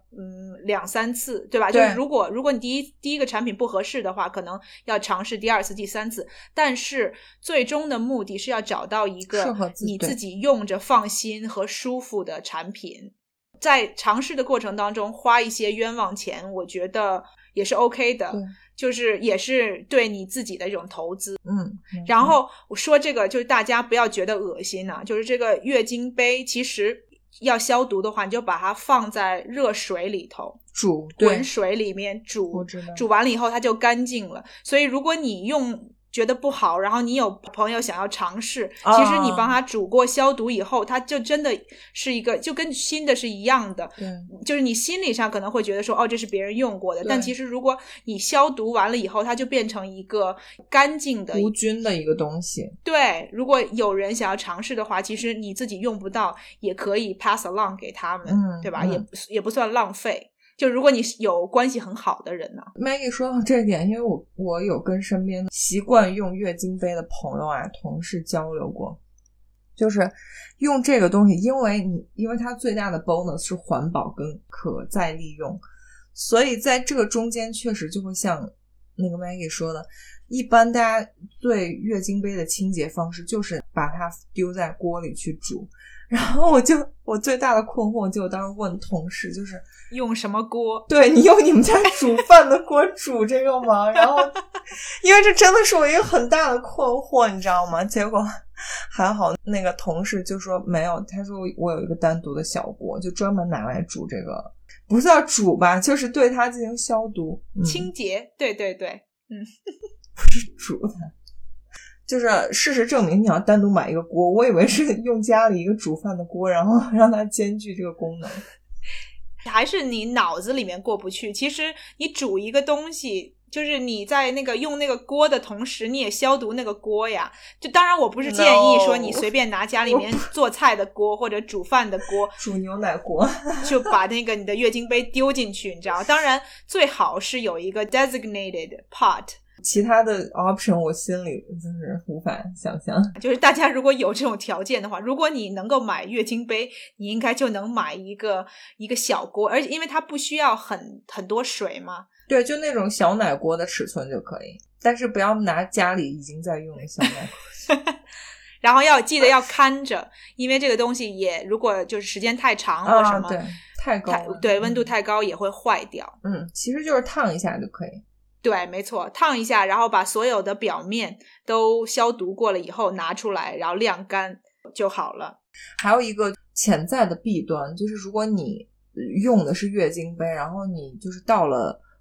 2-3次，对吧？ 对， 就是如果你第一个产品不合适的话，可能要尝试第2次第3次，但是最终的目的是要找到一个你自己用着放心和舒服的产品。在尝试的过程当中花一些冤枉钱，我觉得也是 OK 的，就是也是对你自己的一种投资。然后我说这个就是大家不要觉得恶心啊，就是这个月经杯其实要消毒的话，你就把它放在热水里头煮， 滚水里面煮完了以后它就干净了。所以如果你觉得不好，然后你有朋友想要尝试，其实你帮他煮过消毒以后，它就真的是一个就跟新的是一样的。就是你心理上可能会觉得说这是别人用过的，但其实如果你消毒完了以后，它就变成一个干净的无菌的一个东西。 对，如果有人想要尝试的话，其实你自己用不到也可以 pass along 给他们，对吧？也不算浪费，就如果你有关系很好的人呢。 Maggie 说到这点，因为我有跟身边习惯用月经杯的朋友同事交流过，就是用这个东西，因为它最大的 bonus 是环保跟可再利用，所以在这个中间确实就会像那个 Maggie 说的，一般大家对月经杯的清洁方式就是把它丢在锅里去煮。然后我最大的困惑就当时问同事，就是用什么锅？ 对，你用你们家煮饭的锅煮这个吗？然后因为这真的是我一个很大的困惑，你知道吗？结果还好那个同事就说没有，他说我有一个单独的小锅，就专门拿来煮这个，不是要煮吧，就是对它进行消毒、 清洁。对不是煮它。就是事实证明你要单独买一个锅，我以为是用家里一个煮饭的锅，然后让它兼具这个功能。 还是你脑子里面过不去，其实你煮一个东西，就是你在那个用那个锅的同时你也消毒那个锅呀。就当然我不是建议说你随便拿家里面做菜的锅或者煮饭的锅煮牛奶锅就把那个你的月经杯丢进去，你知道，当然最好是有一个 designated pot， 其他的 option 我心里就是无法想象。 就是大家如果有这种条件的话，如果你能够买月经杯，你应该就能买一个小锅，而且因为它不需要很多水嘛。 对，就那种小奶锅的尺寸就可以，但是不要拿家里已经在用的小奶锅然后记得要看着，因为这个东西也如果就是时间太长或什么、 对，太高了， 对，温度太高也会坏掉。 其实就是烫一下就可以。 对，没错，烫一下，然后把所有的表面都消毒过了以后拿出来，然后晾干就好了。 还有一个潜在的弊端，就是如果你用的是月经杯，然后你就是到了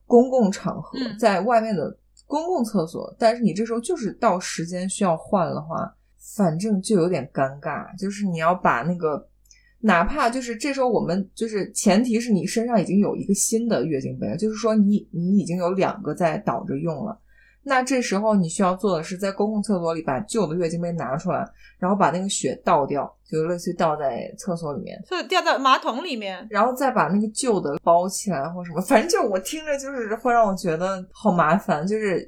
公共场合，在外面的公共厕所，但是你这时候就是到时间需要换的话，反正就有点尴尬，就是你要把那个，哪怕就是这时候我们就是前提是你身上已经有一个新的月经杯了，就是说你已经有2个在倒着用了，那这时候你需要做的是在公共厕所里把旧的月经杯拿出来，然后把那个血倒掉，就类似于倒在厕所里面， 就掉到马桶里面， 然后再把那个旧的包起来或什么，反正就我听着就是会让我觉得好麻烦，就是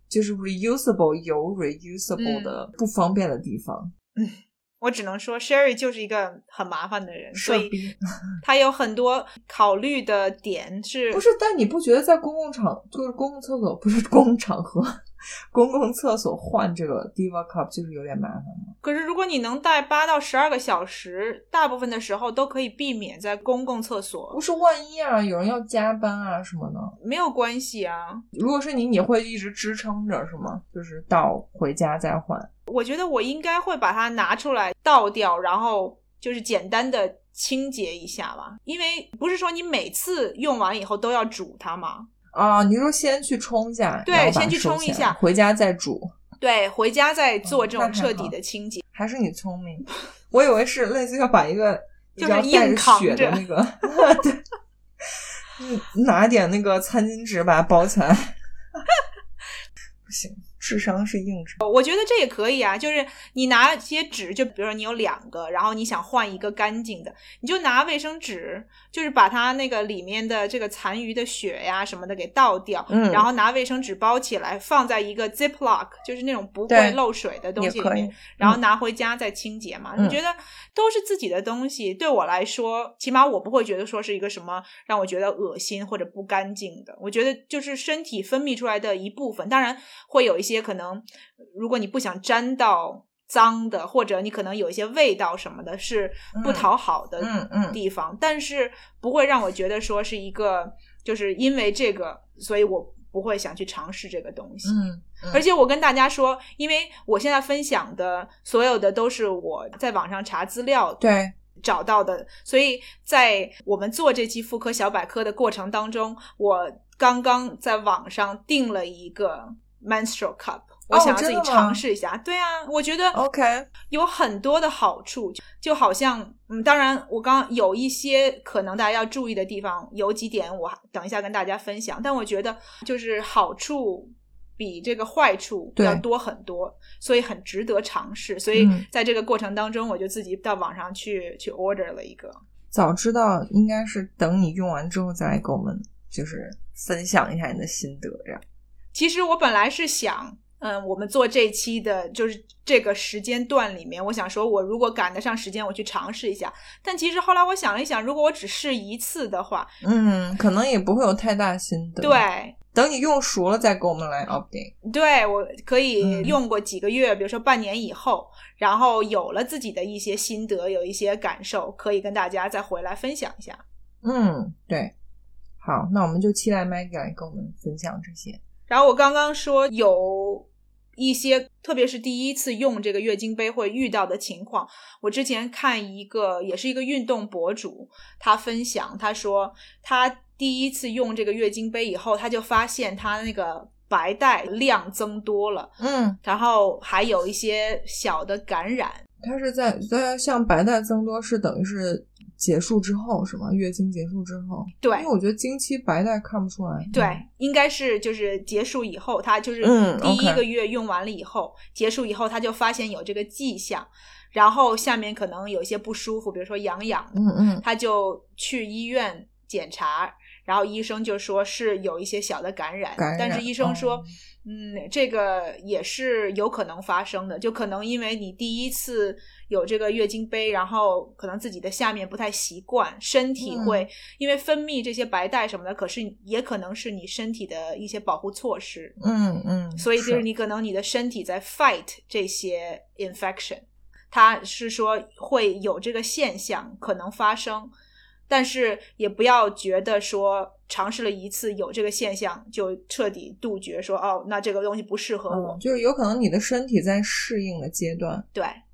reusable 有 reusable 的不方便的地方。 我只能说 Sherry 就是一个很麻烦的人，所以他有很多考虑的点是不是？但你不觉得在公共厕所不是公共场合公共厕所换这个 Diva Cup 就是有点麻烦吗？ 可是如果你能带8到12个小时，大部分的时候都可以避免在公共厕所。 不是万一啊，有人要加班啊什么的， 没有关系啊。 如果是你会一直支撑着是吗？就是到回家再换。 我觉得我应该会把它拿出来倒掉，然后就是简单的清洁一下吧，因为不是说你每次用完以后都要煮它吗？ 啊，你说先去冲一下， 对，先去冲一下， 回家再煮。 对，回家再做这种彻底的清洁。 还是你聪明，我以为是类似要把一个就是硬扛着的那个，对，拿点那个餐巾纸把它包起来。不行，智商是硬伤。 我觉得这也可以啊，就是你拿些纸，就比如说你有2个，然后你想换一个干净的，你就拿卫生纸，就是把它那个里面的这个残余的血呀什么的给倒掉，然后拿卫生纸包起来，放在一个 Ziploc 就是那种不会漏水的东西里面，然后拿回家再清洁嘛。你觉得都是自己的东西，对我来说起码我不会觉得说是一个什么让我觉得恶心或者不干净的，我觉得就是身体分泌出来的一部分。当然会有一些可能如果你不想沾到脏的，或者你可能有一些味道什么的是不讨好的地方，但是不会让我觉得说是一个就是因为这个所以我不会想去尝试这个东西。而且我跟大家说，因为我现在分享的所有的都是我在网上查资料对找到的，所以在我们做这期妇科小百科的过程当中，我刚刚在网上订了一个 menstrual cup， 我想要自己尝试一下。对啊，我觉得 OK 有很多的好处，就好像当然我刚刚有一些可能大家要注意的地方，有几点我等一下跟大家分享，但我觉得就是好处比这个坏处要多很多，所以很值得尝试。所以在这个过程当中，我就自己到网上去 order 了一个。 早知道应该是等你用完之后再来跟我们就是分享一下你的心得这样。 其实我本来是想我们做这期的就是这个时间段里面，我想说我如果赶得上时间我去尝试一下，但其实后来我想了一想，如果我只试一次的话可能也不会有太大心得。 对， 等你用熟了再跟我们来 update。 对，我可以用过几个月比如说半年以后，然后有了自己的一些心得，有一些感受，可以跟大家再回来分享一下。 对，好，那我们就期待 Maggie 来跟我们分享这些。 然后我刚刚说有一些特别是第一次用这个月经杯会遇到的情况，我之前看一个也是一个运动博主，他分享，他说他第一次用这个月经杯以后，他就发现他那个白带量增多了，然后还有一些小的感染。 他是在像白带增多是等于是结束之后是吗？月经结束之后？ 对， 因为我觉得经期白带看不出来。 对，应该是就是结束以后，他就是第一个月用完了以后，结束以后他就发现有这个迹象，然后下面可能有一些不舒服，比如说痒痒的，他就去医院检查，然后医生就说是有一些小的感染，但是医生说这个也是有可能发生的，就可能因为你第一次有这个月经杯，然后可能自己的下面不太习惯，身体会因为分泌这些白带什么的，可是也可能是你身体的一些保护措施，所以就是你可能你的身体在 fight 这些 infection， 他是说会有这个现象可能发生，但是也不要觉得说尝试了一次有这个现象就彻底杜绝说那这个东西不适合我， 就是有可能你的身体在适应的阶段。 对，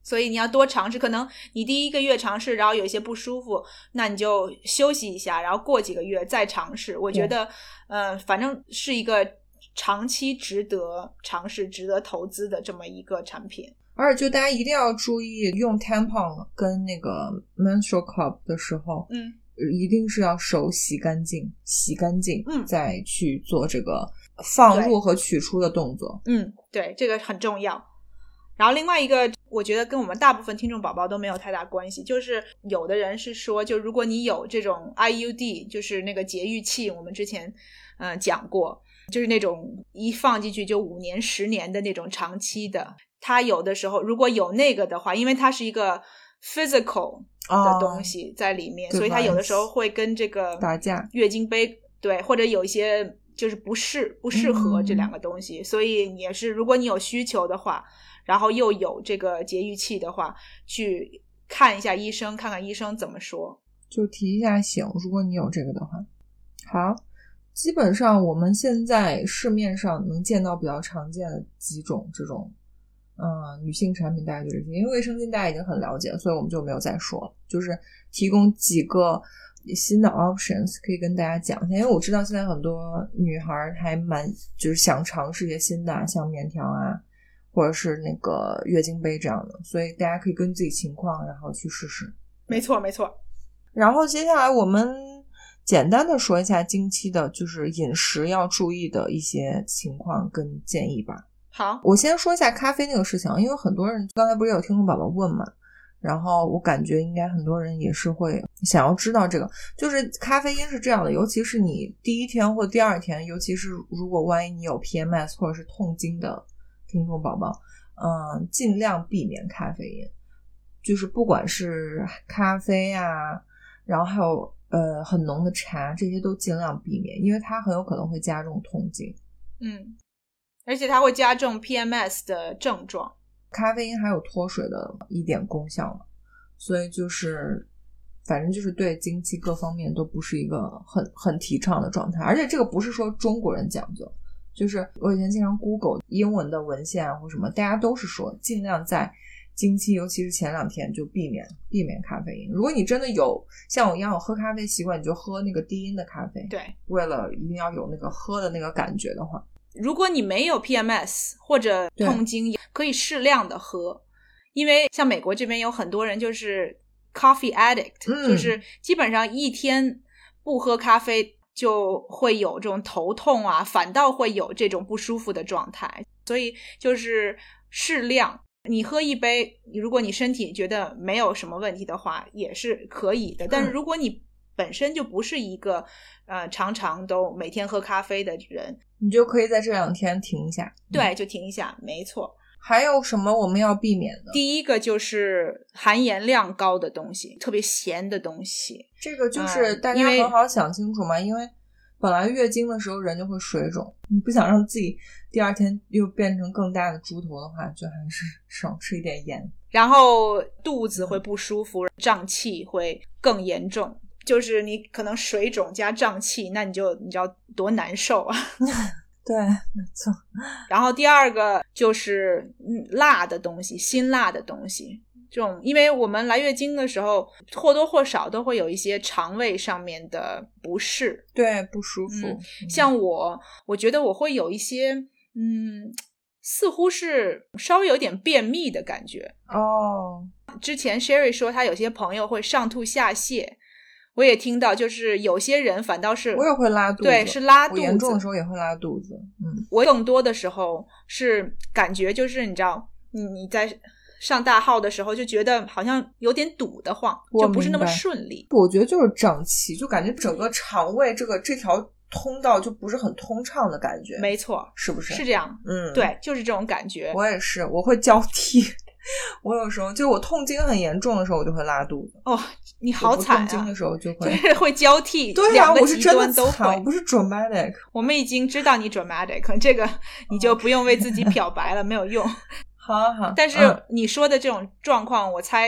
所以你要多尝试，可能你第1个月尝试，然后有一些不舒服，那你就休息一下，然后过几个月再尝试。我觉得反正是一个长期值得尝试、值得投资的这么一个产品。 而且就大家一定要注意，用 tampon 跟那个 menstrual cup 的时候一定是要手洗干净再去做这个放入和取出的动作。 对，这个很重要。然后另外一个我觉得跟我们大部分听众宝宝都没有太大关系，就是有的人是说，就如果你有这种 IUD 就是那个节育器，我们之前讲过，就是那种一放进去就5年10年的那种长期的，它有的时候如果有那个的话，因为它是一个 physical 的东西在里面，所以它有的时候会跟这个打架月经杯，对，或者有一些就是不适合这两个东西，所以你也是如果你有需求的话，然后又有这个节育器的话，去看一下医生，看看医生怎么说， 就提一下醒，如果你有这个的话。好，基本上我们现在市面上能见到比较常见的几种这种女性产品大概就这些，因为卫生巾大家已经很了解了，所以我们就没有再说了，就是提供几个新的 options 可以跟大家讲一下，因为我知道现在很多女孩还蛮就是想尝试一些新的像棉条啊或者是那个月经杯这样的，所以大家可以根据自己情况然后去试试。 没错。 然后接下来我们简单的说一下经期的就是饮食要注意的一些情况跟建议吧。 好， 我先说一下咖啡那个事情，因为很多人刚才不是有听众宝宝问嘛，然后我感觉应该很多人也是会想要知道这个，就是咖啡因是这样的，尤其是你第1天或第2天，尤其是如果万一你有 PMS 或者是痛经的听众宝宝，尽量避免咖啡因，就是不管是咖啡啊，然后还有很浓的茶，这些都尽量避免，因为它很有可能会加重痛经。 而且它会加重 PMS 的症状。 咖啡因还有脱水的一点功效嘛，所以就是反正就是对经期各方面都不是一个很提倡的状态。而且这个不是说中国人讲究，就是我以前经常 Google 英文的文献啊或什么，大家都是说尽量在经期尤其是前2天就避免咖啡因。如果你真的有像我一样有喝咖啡习惯，你就喝那个低因的咖啡， 对， 为了一定要有那个喝的那个感觉的话。 如果你没有 PMS 或者痛经，可以适量的喝，因为像美国这边有很多人就是 coffee addict，就是基本上1天不喝咖啡就会有这种头痛啊，反倒会有这种不舒服的状态，所以就是适量。你喝1杯，如果你身体觉得没有什么问题的话也是可以的，但是如果你本身就不是一个常常都每天喝咖啡的人， 你就可以在这2天停一下。 对，就停一下，没错。 还有什么我们要避免的？ 第一个就是含盐量高的东西，特别咸的东西。 这个就是大家很好想清楚嘛，因为本来月经的时候人就会水肿，你不想让自己第2天又变成更大的猪头的话，就还是少吃一点盐。 然后肚子会不舒服，胀气会更严重，就是你可能水肿加胀气，那你知道多难受啊。 对，没错。 然后第2个就是辣的东西，辛辣的东西，这种因为我们来月经的时候或多或少都会有一些肠胃上面的不适， 对，不舒服。 像我觉得我会有一些似乎是稍微有点便秘的感觉。之前 Sherry 说她有些朋友会上吐下泻，我也听到就是有些人反倒是我也会拉肚子， 对，是拉肚子， 我严重的时候也会拉肚子。 我更多的时候是感觉就是你知道你在上大号的时候就觉得好像有点堵得慌，就不是那么顺利。 我觉得就是胀气，就感觉整个肠胃这条通道就不是很通畅的感觉。 没错， 是不是？ 是这样。对，就是这种感觉。 我也是，我会交替。我有时候就我痛经很严重的时候我就会拉肚子。 你好惨啊！ 痛经的时候就会就是会交替。 对啊，我是真的都会。 我不是 dramatic。 我们已经知道你 dramatic， 这个你就不用为自己漂白了，没有用。 好。 但是你说的这种状况，我猜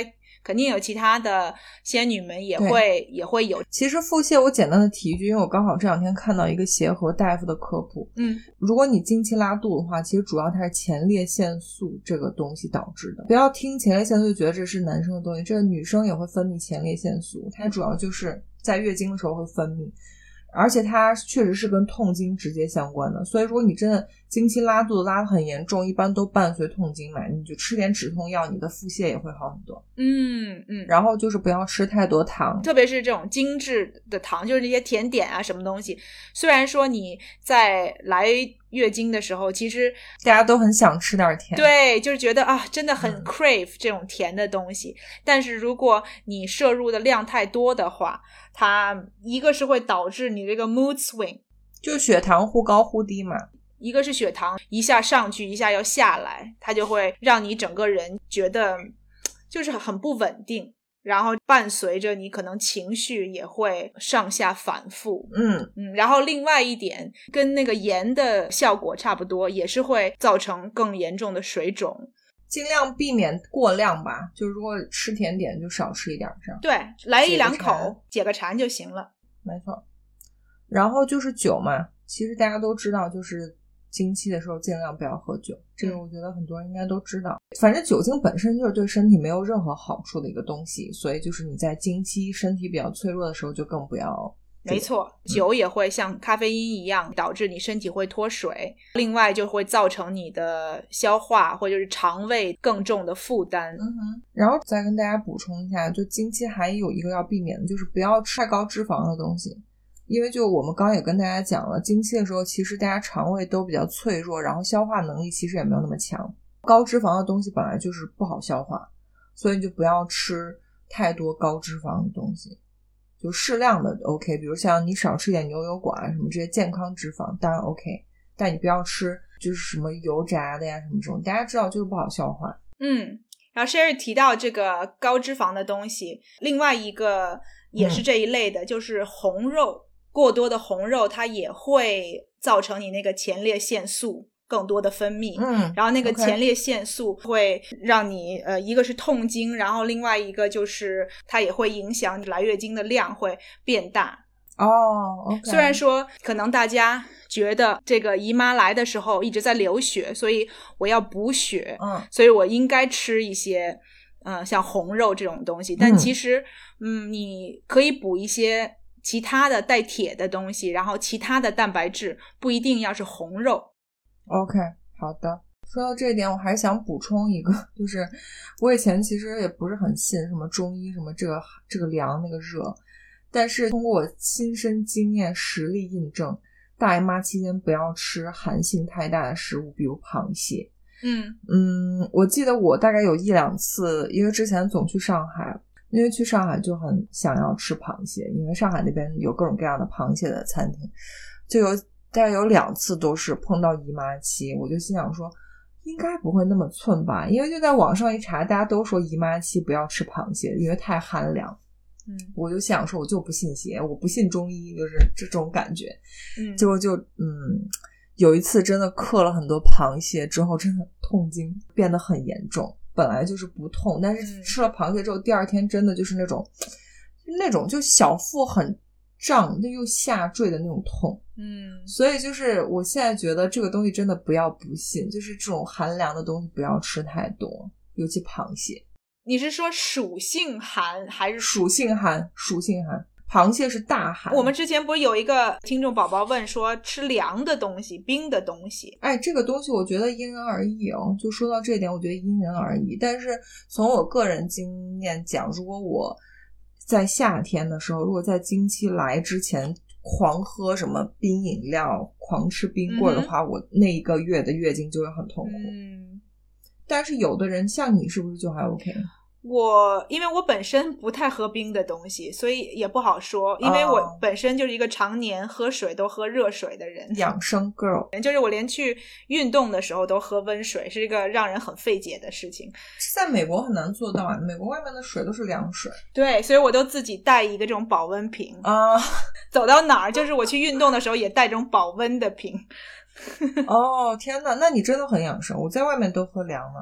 肯定有其他的仙女们也会有。 其实腹泻我简单的提一句，因为我刚好这2天看到一个协和大夫的科普，如果你经期拉肚的话，其实主要它是前列腺素这个东西导致的。不要听前列腺素就觉得这是男生的东西，这个女生也会分泌前列腺素，它主要就是在月经的时候会分泌，而且它确实是跟痛经直接相关的。所以如果你真的经期拉肚子拉得很严重，一般都伴随痛经嘛，你就吃点止痛药，你的腹泻也会好很多。然后就是不要吃太多糖， 特别是这种精致的糖，就是这些甜点啊什么东西。虽然说你在来月经的时候其实大家都很想吃点甜， 对，就是觉得啊真的很 crave 这种甜的东西，但是如果你摄入的量太多的话，它一个是会导致你这个 mood swing， 就血糖忽高忽低嘛， 一个是血糖一下上去一下要下来，它就会让你整个人觉得就是很不稳定，然后伴随着你可能情绪也会上下反复。然后另外一点跟那个盐的效果差不多，也是会造成更严重的水肿。 尽量避免过量吧，就如果吃甜点就少吃一点这样。 对，来1-2口解个馋就行了。 没错。然后就是酒嘛，其实大家都知道，就是经期的时候尽量不要喝酒，这个我觉得很多人应该都知道。反正酒精本身就是对身体没有任何好处的一个东西，所以就是你在经期身体比较脆弱的时候就更不要。 没错，酒也会像咖啡因一样导致你身体会脱水，另外就会造成你的消化或者是肠胃更重的负担。 然后再跟大家补充一下，就经期还有一个要避免的就是不要吃太高脂肪的东西，因为就我们刚刚也跟大家讲了，经期的时候其实大家肠胃都比较脆弱，然后消化能力其实也没有那么强，高脂肪的东西本来就是不好消化，所以你就不要吃太多高脂肪的东西，就适量的 OK， 比如像你少吃点牛油果啊什么这些健康脂肪当然 OK， 但你不要吃就是什么油炸的呀什么这种，大家知道就是不好消化。 然后 Sherry 提到这个高脂肪的东西，另外一个也是这一类的，就是红肉，过多的红肉它也会造成你那个前列腺素更多的分泌，然后那个前列腺素会让你一个是痛经，然后另外一个就是它也会影响你来月经的量会变大。 OK。 虽然说可能大家觉得这个姨妈来的时候一直在流血，所以我要补血，所以我应该吃一些像红肉这种东西，但其实你可以补一些其他的带铁的东西，然后其他的蛋白质，不一定要是红肉。 OK， 好的。说到这一点我还是想补充一个，就是我以前其实也不是很信什么中医什么这个凉那个热，但是通过我亲身经验实例印证，大姨妈期间不要吃寒性太大的食物，比如螃蟹。我记得我大概有1-2次，因为之前总去上海，因为去上海就很想要吃螃蟹，因为上海那边有各种各样的螃蟹的餐厅，就大概有2次都是碰到姨妈期，我就心想说应该不会那么寸吧，因为就在网上一查，大家都说姨妈期不要吃螃蟹，因为太寒凉。我就想说我就不信邪，我不信中医，就是这种感觉。结果就有一次真的嗑了很多螃蟹之后，真的痛经变得很严重，本来就是不痛，但是吃了螃蟹之后第2天真的就是那种就小腹很胀又下坠的那种痛。所以就是我现在觉得这个东西真的不要不信，就是这种寒凉的东西不要吃太多，尤其螃蟹。 你是说属性寒还是属性寒？属性寒，螃蟹是大寒。 我们之前不是有一个听众宝宝问说吃凉的东西冰的东西， 这个东西我觉得因人而异哦。就说到这一点我觉得因人而异，但是从我个人经验讲，如果我在夏天的时候，如果在经期来之前狂喝什么冰饮料狂吃冰棍的话，我那一个月的月经就会很痛苦。但是有的人像你是不是就还 OK？ 因为我本身不太喝冰的东西，所以也不好说，因为我本身就是一个常年喝水都喝热水的人， 养生 girl， 就是我连去运动的时候都喝温水，是一个让人很费解的事情。 在美国很难做到啊，美国外面的水都是凉水。 对，所以我都自己带一个这种保温瓶走到哪儿就是我去运动的时候也带这种保温的瓶。 天哪，那你真的很养生，我在外面都喝凉了。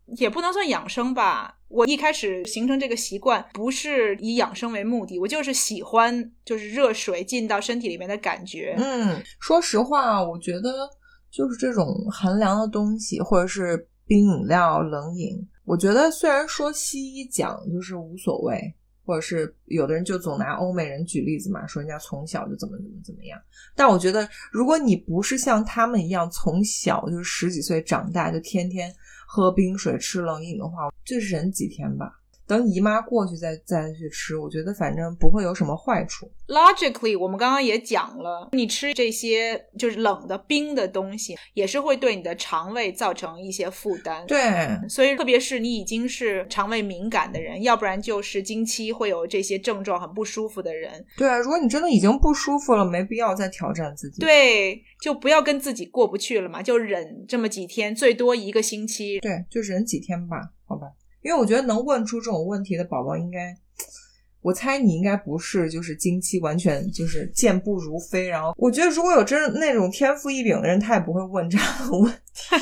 也不能算养生吧，我一开始形成这个习惯不是以养生为目的，我就是喜欢就是热水进到身体里面的感觉。 说实话我觉得就是这种寒凉的东西或者是冰饮料冷饮，我觉得虽然说西医讲就是无所谓，或者是有的人就总拿欧美人举例子嘛，说人家从小就怎么样，但我觉得如果你不是像他们一样从小就是十几岁长大就天天喝冰水吃冷饮的话，就忍几天吧，等姨妈过去再去吃，我觉得反正不会有什么坏处。 Logically 我们刚刚也讲了，你吃这些就是冷的冰的东西也是会对你的肠胃造成一些负担。 对， 所以特别是你已经是肠胃敏感的人，要不然就是经期会有这些症状很不舒服的人。 对啊，如果你真的已经不舒服了，没必要再挑战自己。 对，就不要跟自己过不去了嘛，就忍这么几天，最多1个星期。 对，就忍几天吧，好吧。因为我觉得能问出这种问题的宝宝应该，我猜你应该不是就是经期完全就是健步如飞，然后我觉得如果有真的那种天赋异禀的人，他也不会问这样的问题。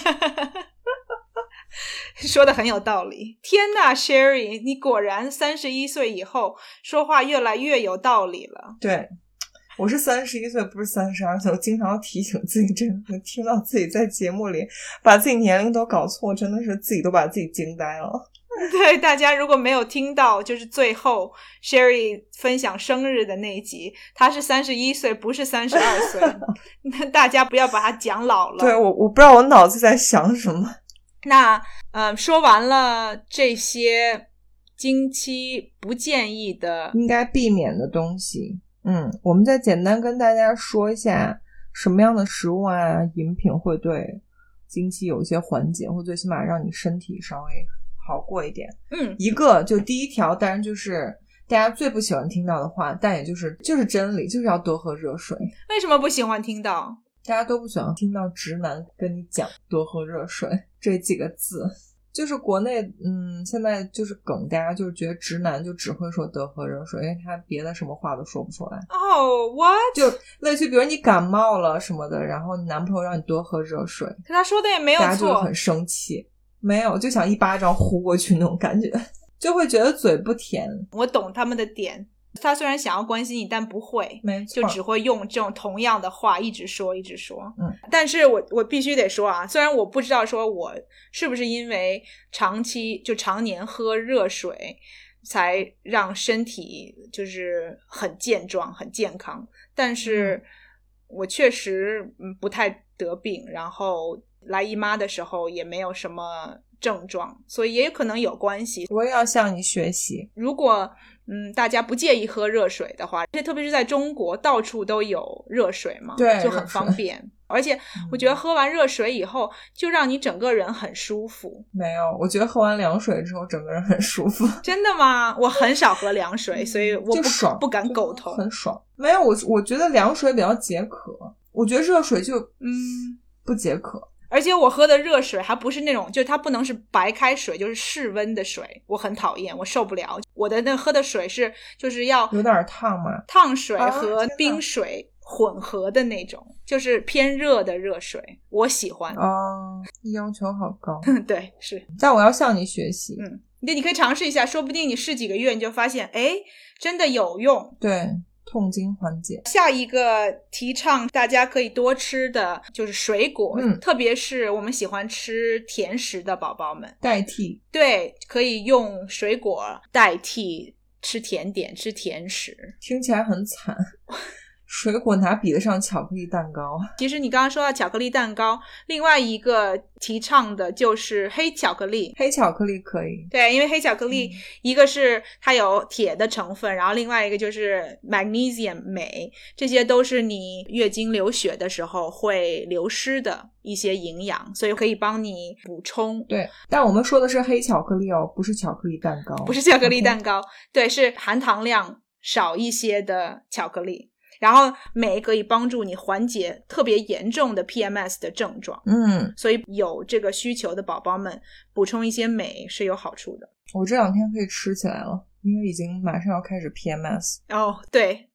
说得很有道理。天哪 Sherry 你果然31岁以后说话越来越有道理了。 对，我是31岁不是32岁，我经常要提醒自己，真的听到自己在节目里把自己年龄都搞错，真的是自己都把自己惊呆了。 对，大家如果没有听到就是最后 Sherry 分享生日的那一集，她是31岁不是32岁。那大家不要把她讲老了。 对，我不知道我脑子在想什么。 那说完了这些经期不建议的应该避免的东西，我们再简单跟大家说一下什么样的食物啊饮品会对经期有一些缓解，或最起码让你身体稍微好过一点。一个就第一条当然就是大家最不喜欢听到的话，但也就是真理，就是要多喝热水。 为什么不喜欢听到？ 大家都不喜欢听到直男跟你讲多喝热水这几个字，就是国内现在就是梗，大家就是觉得直男就只会说多喝热水，因为他别的什么话都说不出来。 what？ 就类似于比如你感冒了什么的，然后你男朋友让你多喝热水， 可他说的也没有错， 大家就很生气，没有就想一巴掌呼过去那种感觉，就会觉得嘴不甜。 我懂他们的点，他虽然想要关心你，但不会， 没错， 就只会用这种同样的话一直说。但是我必须得说啊，虽然我不知道说我是不是因为常年喝热水才让身体就是很健壮很健康，但是我确实不太得病，然后来姨妈的时候也没有什么症状，所以也可能有关系。 我也要向你学习。 如果大家不介意喝热水的话，而且特别是在中国到处都有热水嘛， 对， 就很方便。而且我觉得喝完热水以后就让你整个人很舒服。 没有，我觉得喝完凉水之后整个人很舒服。 真的吗？我很少喝凉水，所以我不敢苟同。 很爽。没有，我觉得凉水比较解渴，我觉得热水就不解渴。 而且我喝的热水还不是那种，就它不能是白开水，就是室温的水，我很讨厌，我受不了。我的那喝的水是就是要有点烫嘛， 烫水和冰水混合的那种，就是偏热的热水，我喜欢。 要求好高。 对，是。 但我要向你学习。 你可以尝试一下，说不定你试几个月你就发现真的有用。 对，痛经缓解。 下一个提倡大家可以多吃的就是水果，特别是我们喜欢吃甜食的宝宝们， 代替。 对，可以用水果代替吃甜点吃甜食。 听起来很惨。水果哪比得上巧克力蛋糕？ 其实你刚刚说到巧克力蛋糕，另外一个提倡的就是黑巧克力。 黑巧克力可以。 对，因为黑巧克力一个是它有铁的成分，然后另外一个就是 magnesium 镁，这些都是你月经流血的时候会流失的一些营养，所以可以帮你补充。 对，但我们说的是黑巧克力不是巧克力蛋糕。 不是巧克力蛋糕，对，是含糖量少一些的巧克力。然后镁可以帮助你缓解特别严重的 PMS 的症状。所以有这个需求的宝宝们补充一些镁是有好处的。 我这2天可以吃起来了，因为已经马上要开始 PMS。 对，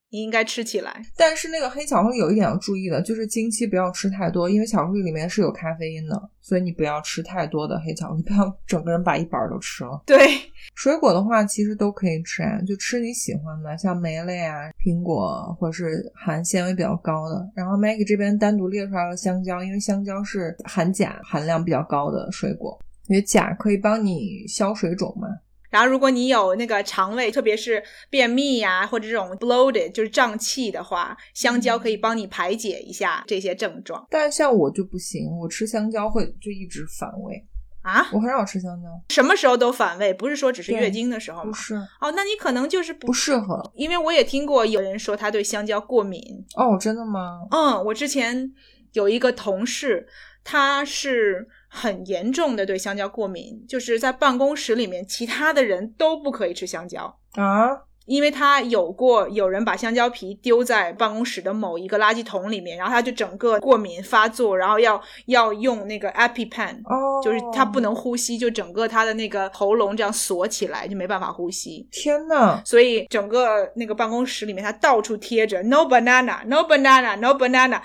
你应该吃起来。 但是那个黑巧克力有一点要注意的，就是经期不要吃太多，因为巧克力里面是有咖啡因的，所以你不要吃太多的黑巧克力，不要整个人把一板都吃了。 对， 水果的话其实都可以吃啊，就吃你喜欢的，像莓类啊、苹果，或者是含纤维比较高的。然后 Maggie 这边单独列出来了香蕉，因为香蕉是含钾含量比较高的水果，因为钾可以帮你消水肿嘛。 然后如果你有那个肠胃特别是便秘呀，或者这种 bloated 就是胀气的话，香蕉可以帮你排解一下这些症状。 但是像我就不行，我吃香蕉会就一直反胃啊。 我很少吃香蕉。 什么时候都反胃，不是说只是月经的时候吗？ 不是。 哦，那你可能就是不适合。 因为我也听过有人说他对香蕉过敏。 哦，真的吗？ 我之前有一个同事，他是很严重的对香蕉过敏，就是在办公室里面其他的人都不可以吃香蕉啊， 因为他有人把香蕉皮丢在办公室的某一个垃圾桶里面，然后他就整个过敏发作，然后要用那个 EpiPen，就是他不能呼吸，就整个他的那个喉咙这样锁起来，就没办法呼吸。 天哪！ 所以整个那个办公室里面他到处贴着 No banana No banana No banana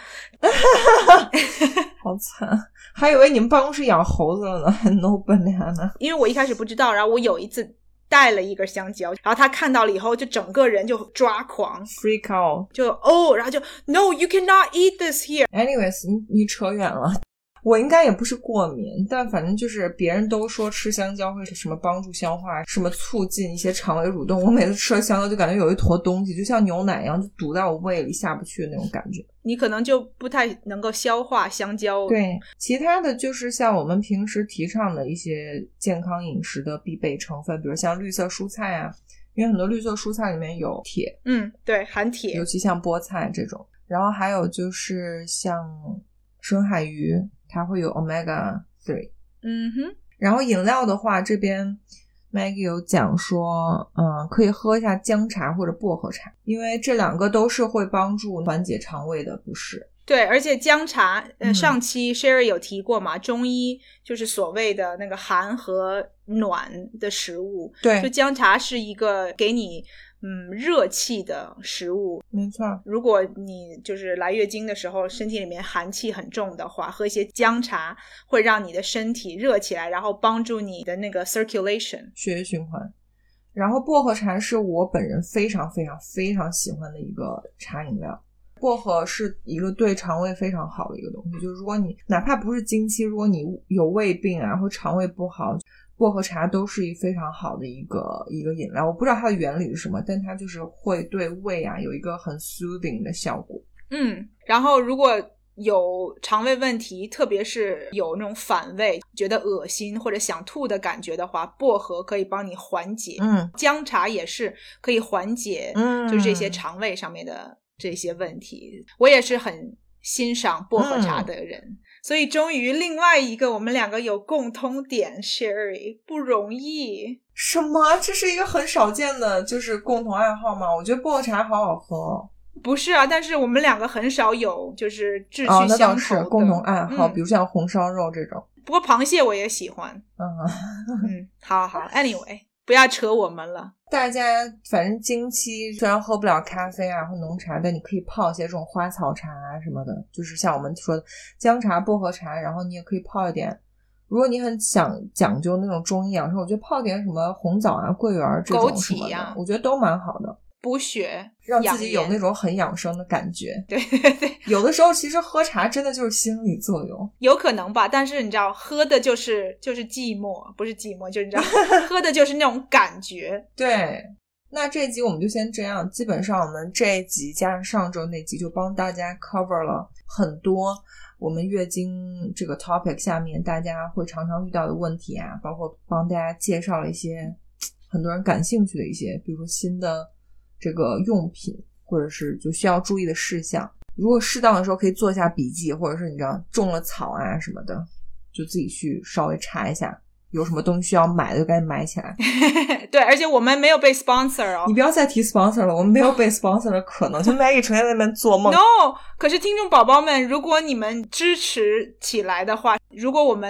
好惨，还以为你们办公室养猴子了呢。No banana。 因为我一开始不知道，然后我有一次带了一根香蕉，然后他看到了以后就整个人就抓狂 freak out， 就然后就 No you cannot eat this here。 Anyways 你扯远了。我应该也不是过敏，但反正就是别人都说吃香蕉会什么帮助消化，什么促进一些肠胃蠕动，我每次吃了香蕉就感觉有一坨东西就像牛奶一样就堵在我胃里下不去的那种感觉。 你可能就不太能够消化香蕉。 对，其他的就是像我们平时提倡的一些健康饮食的必备成分，比如像绿色蔬菜啊，因为很多绿色蔬菜里面有铁。 对，含铁， 尤其像菠菜这种。然后还有就是像深海鱼，它会有 omega 3。然后饮料的话，这边 Maggie 有讲说可以喝一下姜茶或者薄荷茶，因为这两个都是会帮助缓解肠胃的不适。 对，而且姜茶上期 Sherry 有提过嘛，中医就是所谓的那个寒和暖的食物。 对， 就姜茶是一个给你热气的食物。 没错， 如果你就是来月经的时候身体里面寒气很重的话，喝一些姜茶会让你的身体热起来，然后帮助你的那个 circulation 血液循环。然后薄荷茶是我本人非常非常非常喜欢的一个茶饮料。薄荷是一个对肠胃非常好的一个东西，就是如果你哪怕不是经期，如果你有胃病啊或肠胃不好，薄荷茶都是一非常好的一个饮料。我不知道它的原理是什么，但它就是会对胃啊有一个很 soothing 的效果。 然后如果有肠胃问题，特别是有那种反胃觉得恶心或者想吐的感觉的话，薄荷可以帮你缓解。姜茶也是可以缓解就是这些肠胃上面的这些问题。我也是很欣赏薄荷茶的人。所以终于另外一个我们两个有共通点 Sherry， 不容易。 什么？这是一个很少见的就是共同爱好吗？我觉得薄荷茶好好喝。 不是啊，但是我们两个很少有就是志趣相投的。 那倒是共同爱好，比如像红烧肉这种。 不过螃蟹我也喜欢。好 anyway 不要扯我们了。 大家反正经期虽然喝不了咖啡啊或浓茶，但你可以泡一些这种花草茶啊什么的，就是像我们说的姜茶薄荷茶，然后你也可以泡一点，如果你很想讲究那种中医养生，我觉得泡点什么红枣啊桂圆这种什么的，我觉得都蛮好的， 补血让自己有那种很养生的感觉。 对对对， 有的时候其实喝茶真的就是心理作用， 有可能吧，但是你知道喝的就是寂寞，不是寂寞，就是你知道喝的就是那种感觉。 对，那这一集我们就先这样，基本上我们这一集加上上周那集就帮大家 cover 了很多我们月经这个 topic 下面大家会常常遇到的问题啊，包括帮大家介绍了一些很多人感兴趣的一些，比如说新的这个用品，或者是就需要注意的事项，如果适当的时候可以做一下笔记，或者是你知道种了草啊什么的，就自己去稍微查一下有什么东西需要买的就赶紧买起来。 对，而且我们没有被 sponsor 哦。 你不要再提 sponsor 了，我们没有被 sponsor 的可能，就 Maggie 成天在那边做梦。 No， 可是听众宝宝们，如果你们支持起来的话，如果我们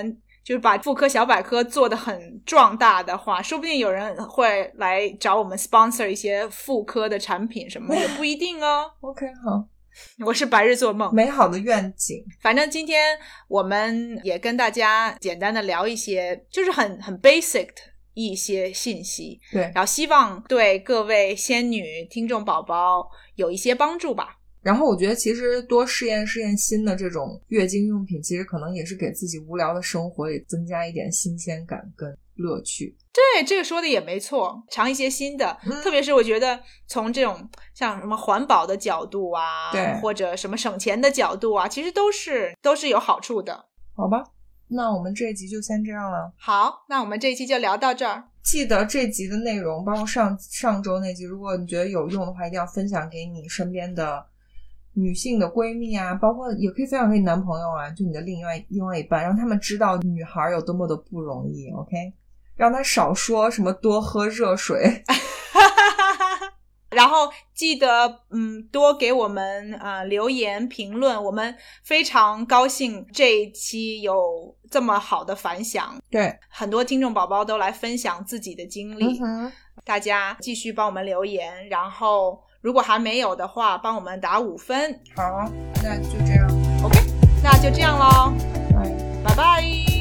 就是把妇科小百科做得很壮大的话，说不定有人会来找我们 sponsor 一些妇科的产品什么，也不一定哦。 OK， 好， 我是白日做梦， 美好的愿景。 反正今天我们也跟大家简单的聊一些就是很 basic 的一些信息， 对， 然后希望对各位仙女听众宝宝有一些帮助吧。 然后我觉得其实多试验新的这种月经用品，其实可能也是给自己无聊的生活也增加一点新鲜感跟乐趣。 对，这个说的也没错，尝一些新的，特别是我觉得从这种像什么环保的角度啊， 对， 或者什么省钱的角度啊，其实都是有好处的。 好吧，那我们这一集就先这样了。 好，那我们这一期就聊到这儿。 记得这集的内容，包括上周那集，如果你觉得有用的话，一定要分享给你身边的女性的闺蜜啊，包括也可以分享给你男朋友啊，就你的另外一半，让他们知道女孩有多么的不容易 OK， 让他少说什么多喝热水然后记得多给我们留言评论，我们非常高兴这一期有这么好的反响， 对， 很多听众宝宝都来分享自己的经历，大家继续帮我们留言，然后如果还没有的话帮我们打5分。 好，那就这样 OK， 那就这样咯，拜拜。